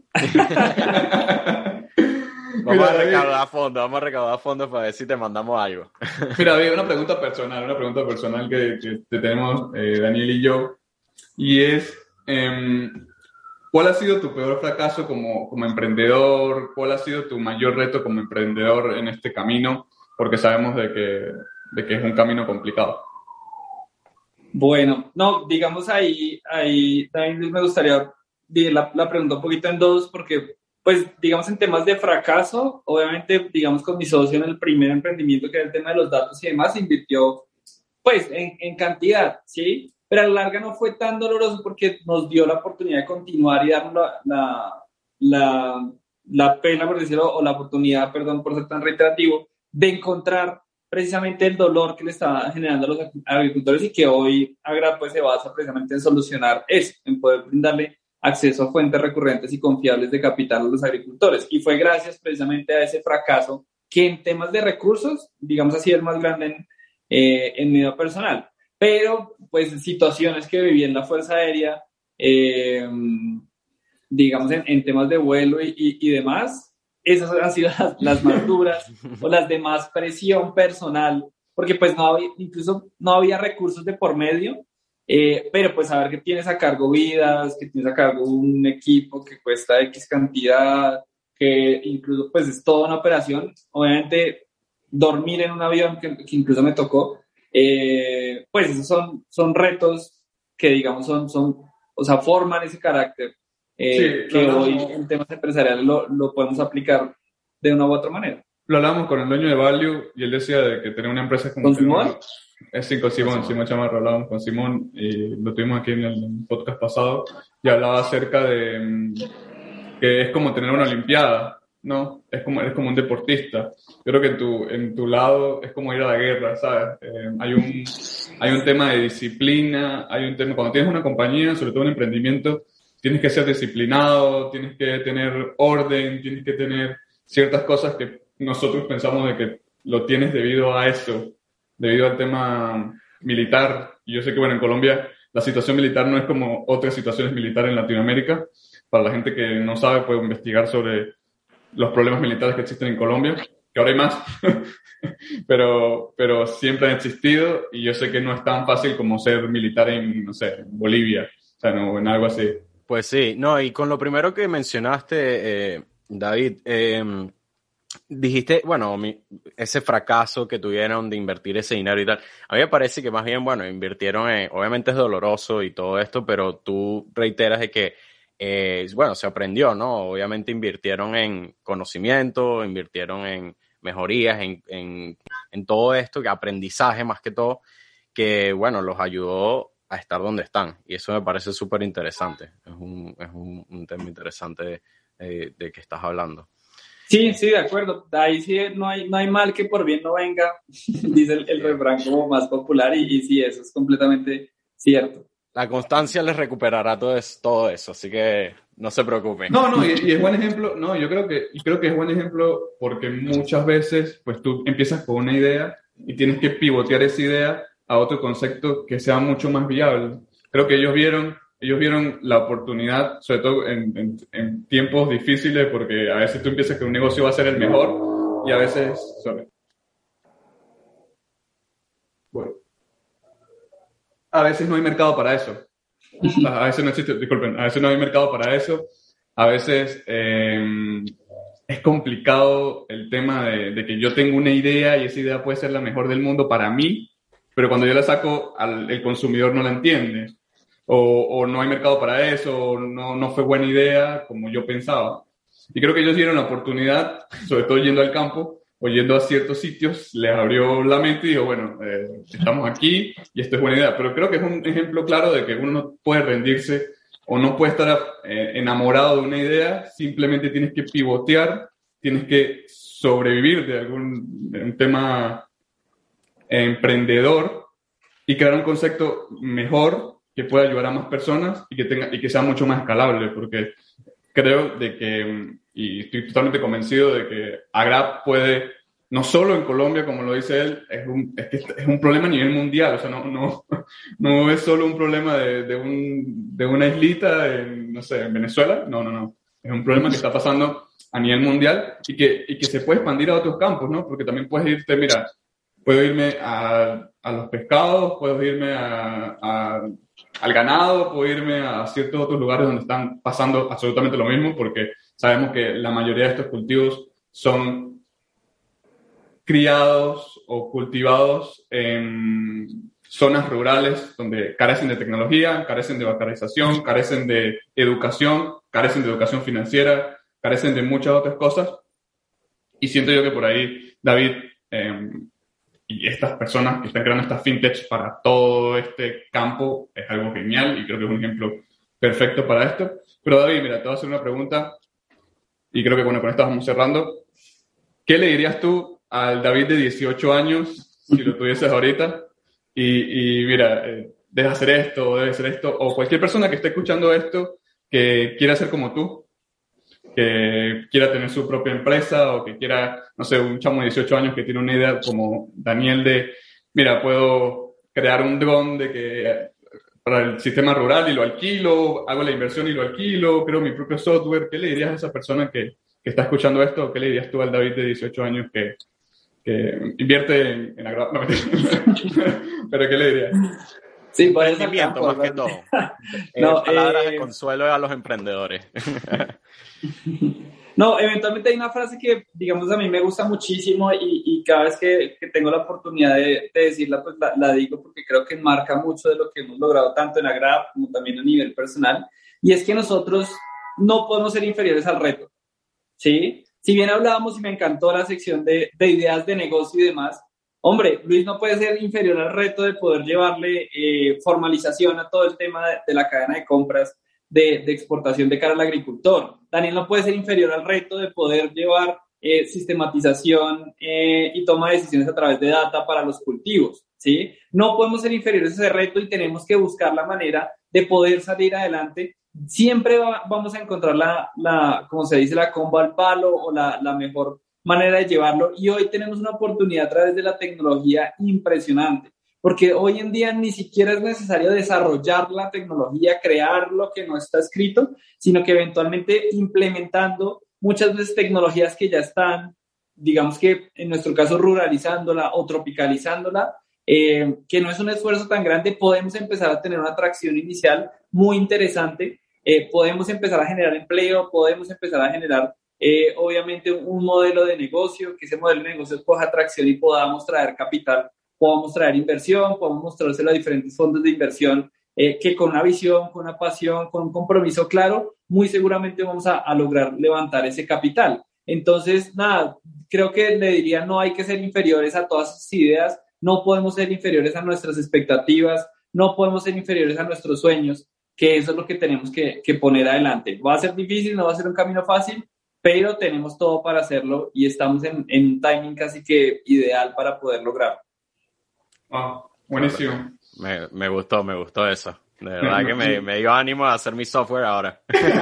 Vamos Mira, a recaudar fondos, vamos a recaudar fondos para ver si te mandamos algo.
Mira, David, una pregunta personal, una pregunta personal que, que te tenemos eh, Daniel y yo, y es, eh, ¿cuál ha sido tu peor fracaso como, como emprendedor? ¿Cuál ha sido tu mayor reto como emprendedor en este camino? Porque sabemos de que, de que es un camino complicado.
Bueno, no, digamos ahí, ahí también me gustaría dividir la, la pregunta un poquito en dos, porque pues, digamos, en temas de fracaso, obviamente, digamos, con mi socio en el primer emprendimiento, que era el tema de los datos y demás, invirtió, pues, en, en cantidad, ¿sí? Pero a la larga no fue tan doloroso porque nos dio la oportunidad de continuar y darnos la, la, la, la pena, por decirlo, o la oportunidad, perdón, por ser tan reiterativo, de encontrar precisamente el dolor que le estaba generando a los agricultores y que hoy Agra, pues, se basa precisamente en solucionar eso, en poder brindarle acceso a fuentes recurrentes y confiables de capital a los agricultores. Y fue gracias precisamente a ese fracaso que en temas de recursos, digamos así, es más grande en, eh, en mi vida personal. Pero, pues, situaciones que viví en la Fuerza Aérea, eh, digamos, en, en temas de vuelo y, y, y demás, esas han sido las, las más duras o las de más presión personal, porque pues no había, incluso no había recursos de por medio, eh, pero pues saber que tienes a cargo vidas, que tienes a cargo un equipo que cuesta X cantidad, que incluso pues es toda una operación, obviamente dormir en un avión, que, que incluso me tocó, eh, pues esos son, son retos que digamos son, son, o sea, forman ese carácter. Eh,
Sí,
que
lo
hoy
hablamos,
en temas empresariales lo, lo podemos aplicar de una u otra manera.
lo hablamos con el dueño de Value y él decía de que tener una empresa es como
¿Con
tener
Simón?
una... Es sí, con Simón, Simón Chamarro, hablábamos con Simón y lo tuvimos aquí en el podcast pasado y hablaba acerca de mm, que es como tener una olimpiada, ¿no? Es como, eres como un deportista. Yo creo que en tu, en tu lado es como ir a la guerra, ¿sabes? Eh, hay un, hay un tema de disciplina, hay un tema, cuando tienes una compañía, sobre todo un emprendimiento, tienes que ser disciplinado, tienes que tener orden, tienes que tener ciertas cosas que nosotros pensamos de que lo tienes debido a eso, debido al tema militar. Y yo sé que, bueno, en Colombia la situación militar no es como otras situaciones militares en Latinoamérica. Para la gente que no sabe, puede investigar sobre los problemas militares que existen en Colombia, que ahora hay más, pero, pero siempre han existido y yo sé que no es tan fácil como ser militar en, no sé, en Bolivia, o sea, no, en algo así.
Pues sí, no, y con lo primero que mencionaste, eh, David, eh, dijiste, bueno, mi, ese fracaso que tuvieron de invertir ese dinero y tal, a mí me parece que más bien, bueno, invirtieron en, obviamente es doloroso y todo esto, pero tú reiteras de que, eh, bueno, se aprendió, ¿no? Obviamente invirtieron en conocimiento, invirtieron en mejorías, en, en, en todo esto, que aprendizaje más que todo, que, bueno, los ayudó a estar donde están. Y eso me parece súper interesante. Es un, es un, un tema interesante de, de, de que estás hablando.
Sí, sí, de acuerdo. Ahí sí no hay, no hay mal que por bien no venga, dice el, el refrán como más popular y, y sí, eso es completamente cierto.
La constancia les recuperará todo, es, todo eso, así que no se preocupen.
No, no, y, y es buen ejemplo, no, yo creo que, y creo que es buen ejemplo porque muchas veces, pues tú empiezas con una idea y tienes que pivotear esa idea a otro concepto que sea mucho más viable. Creo que ellos vieron, ellos vieron la oportunidad, sobre todo en, en, en tiempos difíciles, porque a veces tú empiezas que un negocio va a ser el mejor y a veces, sorry. Bueno, a veces no hay mercado para eso. A veces no existe, disculpen, a veces no hay mercado para eso. A veces eh, es complicado el tema de, de que yo tengo una idea y esa idea puede ser la mejor del mundo para mí, pero cuando yo la saco, al, el consumidor no la entiende. O, o no hay mercado para eso, o no, no fue buena idea como yo pensaba. Y creo que ellos dieron la oportunidad, sobre todo yendo al campo o yendo a ciertos sitios, les abrió la mente y dijo, bueno, eh, estamos aquí y esto es buena idea. Pero creo que es un ejemplo claro de que uno no puede rendirse o no puede estar eh, enamorado de una idea, simplemente tienes que pivotear, tienes que sobrevivir de algún de un tema emprendedor y crear un concepto mejor que pueda ayudar a más personas y que tenga y que sea mucho más escalable, porque creo de que, y estoy totalmente convencido de que Agrap puede, no solo en Colombia, como lo dice él, es un, es que es un problema a nivel mundial, o sea, no, no, no es solo un problema de, de, un, de una islita en, no sé, en Venezuela, no, no, no, es un problema que está pasando a nivel mundial y que, y que se puede expandir a otros campos, ¿no? Porque también puedes irte, mira, puedo irme a, a los pescados, puedo irme a, a al ganado, puedo irme a ciertos otros lugares donde están pasando absolutamente lo mismo, porque sabemos que la mayoría de estos cultivos son criados o cultivados en zonas rurales donde carecen de tecnología, carecen de bancarización, carecen de educación, carecen de educación financiera, carecen de muchas otras cosas. Y siento yo que por ahí, David, eh, y estas personas que están creando estas fintechs para todo este campo es algo genial y creo que es un ejemplo perfecto para esto. Pero David, mira, te voy a hacer una pregunta y creo que bueno, con esto vamos cerrando. ¿Qué le dirías tú al David de dieciocho años si lo tuvieses ahorita? Y, y mira, eh, debes hacer esto, debes hacer esto, o cualquier persona que esté escuchando esto que quiera ser como tú, que quiera tener su propia empresa o que quiera, no sé, un chamo de dieciocho años que tiene una idea como Daniel de, mira, puedo crear un dron de que para el sistema rural y lo alquilo, hago la inversión y lo alquilo, creo mi propio software. ¿Qué le dirías a esa persona que, que está escuchando esto, ¿qué le dirías tú al David de dieciocho años que, que invierte en, en agro? No, pero ¿qué le dirías?
Sí,
por emprendimiento más que todo. No, eh, palabras eh, de consuelo a los emprendedores.
No, eventualmente hay una frase que, digamos, a mí me gusta muchísimo y, y cada vez que, que tengo la oportunidad de, de decirla, pues la, la digo porque creo que enmarca mucho de lo que hemos logrado tanto en Agrap como también a nivel personal, y es que nosotros no podemos ser inferiores al reto, ¿sí? Si bien hablábamos y me encantó la sección de, de ideas de negocio y demás, hombre, Luis no puede ser inferior al reto de poder llevarle eh, formalización a todo el tema de, de la cadena de compras, De, de exportación de cara al agricultor. Daniel no puede ser inferior al reto de poder llevar eh, sistematización eh, y toma de decisiones a través de data para los cultivos, ¿sí? No podemos ser inferiores a ese reto y tenemos que buscar la manera de poder salir adelante. Siempre va, vamos a encontrar la, la, como se dice, la comba al palo o la, la mejor manera de llevarlo, y hoy tenemos una oportunidad a través de la tecnología impresionante. Porque hoy en día ni siquiera es necesario desarrollar la tecnología, crear lo que no está escrito, sino que eventualmente implementando muchas veces tecnologías que ya están, digamos que en nuestro caso ruralizándola o tropicalizándola, eh, que no es un esfuerzo tan grande, podemos empezar a tener una atracción inicial muy interesante, eh, podemos empezar a generar empleo, podemos empezar a generar eh, obviamente un modelo de negocio, que ese modelo de negocio coja atracción y podamos traer capital, podamos traer inversión, podemos mostrárselo a diferentes fondos de inversión eh, que con una visión, con una pasión, con un compromiso claro, muy seguramente vamos a, a lograr levantar ese capital. Entonces, nada, creo que le diría, no hay que ser inferiores a todas esas ideas, no podemos ser inferiores a nuestras expectativas, no podemos ser inferiores a nuestros sueños, que eso es lo que tenemos que, que poner adelante. Va a ser difícil, no va a ser un camino fácil, pero tenemos todo para hacerlo y estamos en, en un timing casi que ideal para poder lograrlo.
Ah, buenísimo.
Me, me gustó, me gustó eso. De verdad que me, me dio ánimo a hacer mi software ahora.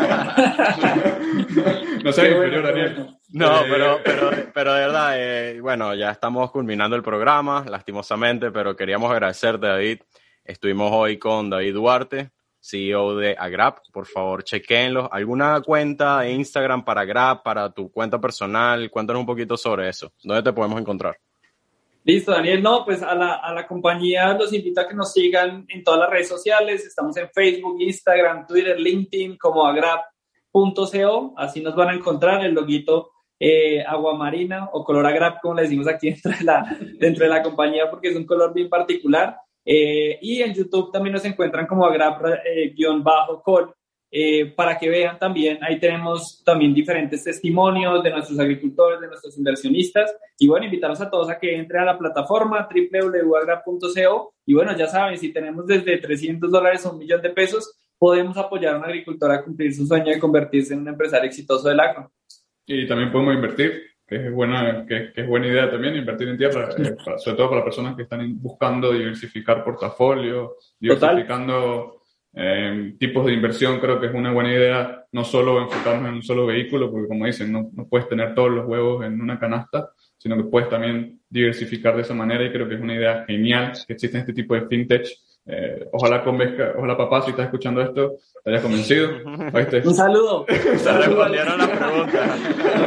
No sé, inferior, Daniel.
No, pero, pero, pero de verdad, eh, bueno, ya estamos culminando el programa, lastimosamente, pero queríamos agradecerte, David. Estuvimos hoy con David Duarte, C E O de Agrap. Por favor, chequéenlo. ¿Alguna cuenta de Instagram para Agrap, para tu cuenta personal? Cuéntanos un poquito sobre eso. ¿Dónde te podemos encontrar?
Listo, Daniel. No, pues a la, a la compañía los invito a que nos sigan en todas las redes sociales. Estamos en Facebook, Instagram, Twitter, LinkedIn como agrap punto co. Así nos van a encontrar el loguito eh, aguamarina o color agrap, como le decimos aquí dentro de la, dentro de la compañía, porque es un color bien particular. Eh, y en YouTube también nos encuentran como agrap-col. Eh, para que vean también, ahí tenemos también diferentes testimonios de nuestros agricultores, de nuestros inversionistas, y bueno, invitarlos a todos a que entren a la plataforma doble u doble u doble u punto agrap punto co, y bueno, ya saben, si tenemos desde trescientos dólares a un millón de pesos, podemos apoyar a un agricultor a cumplir su sueño de convertirse en un empresario exitoso del agro.
Y también podemos invertir, que es buena, que, que es buena idea también, invertir en tierra, eh, para, sobre todo para personas que están buscando diversificar portafolio, diversificando eh, tipos de inversión. Creo que es una buena idea no solo enfocarnos en un solo vehículo, porque como dicen, no, no puedes tener todos los huevos en una canasta, sino que puedes también diversificar de esa manera, y creo que es una idea genial que existe este tipo de fintech. Eh, ojalá convenzca, ojalá papá, si estás escuchando esto, te hayas convencido. ¿Oíste?
Un saludo.
Se respondieron las preguntas.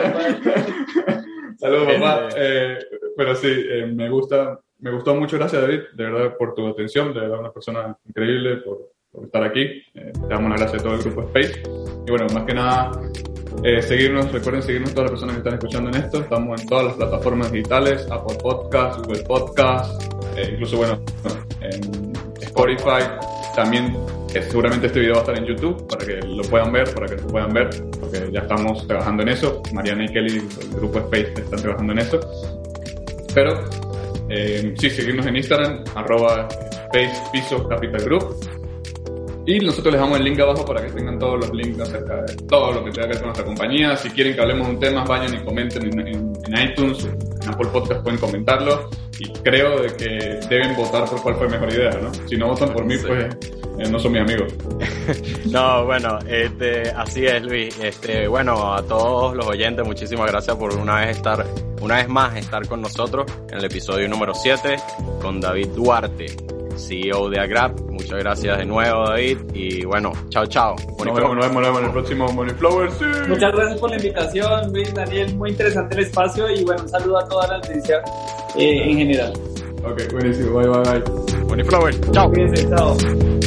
Saludos, papá. Eh, pero sí, eh, me gusta, me gustó mucho. Gracias, David, de verdad, por tu atención. De verdad, una persona increíble por, por estar aquí. Eh, te damos las gracias a todo el grupo Space. Y bueno, más que nada, eh, seguirnos, recuerden seguirnos todas las personas que están escuchando en esto. Estamos en todas las plataformas digitales, Apple Podcasts, Google Podcasts, eh, incluso, bueno, en Spotify. También eh, seguramente este video va a estar en YouTube para que lo puedan ver, para que lo puedan ver, porque ya estamos trabajando en eso. Mariana y Kelly, el grupo Space, están trabajando en eso. Pero eh, sí, seguirnos en Instagram, arroba Space Piso Capital Group. Y nosotros les damos el link abajo para que tengan todos los links acerca de todo lo que tenga que ver con nuestra compañía. Si quieren que hablemos de un tema, vayan y comenten en, en, en iTunes, en Apple Podcast pueden comentarlo. Y creo de que deben votar por cuál fue mejor idea, ¿no? Si no votan por mí, sí, pues eh, no son mis amigos.
No, bueno, este, así es, Luis. Este, bueno, a todos los oyentes, muchísimas gracias por una vez estar, una vez más estar con nosotros en el episodio número siete con David Duarte, C E O de Agrap. Muchas gracias de nuevo, David. Y bueno, chao, chao.
Nos vemos, nos vemos, nos vemos en el próximo Money Flowers. Sí.
Muchas gracias por la invitación, Luis, Daniel. Muy interesante el espacio y bueno, un saludo a toda la audiencia eh, en general.
Ok, buenísimo. Bye, bye, bye.
Money Flowers. Chao.
Cuídense, chao.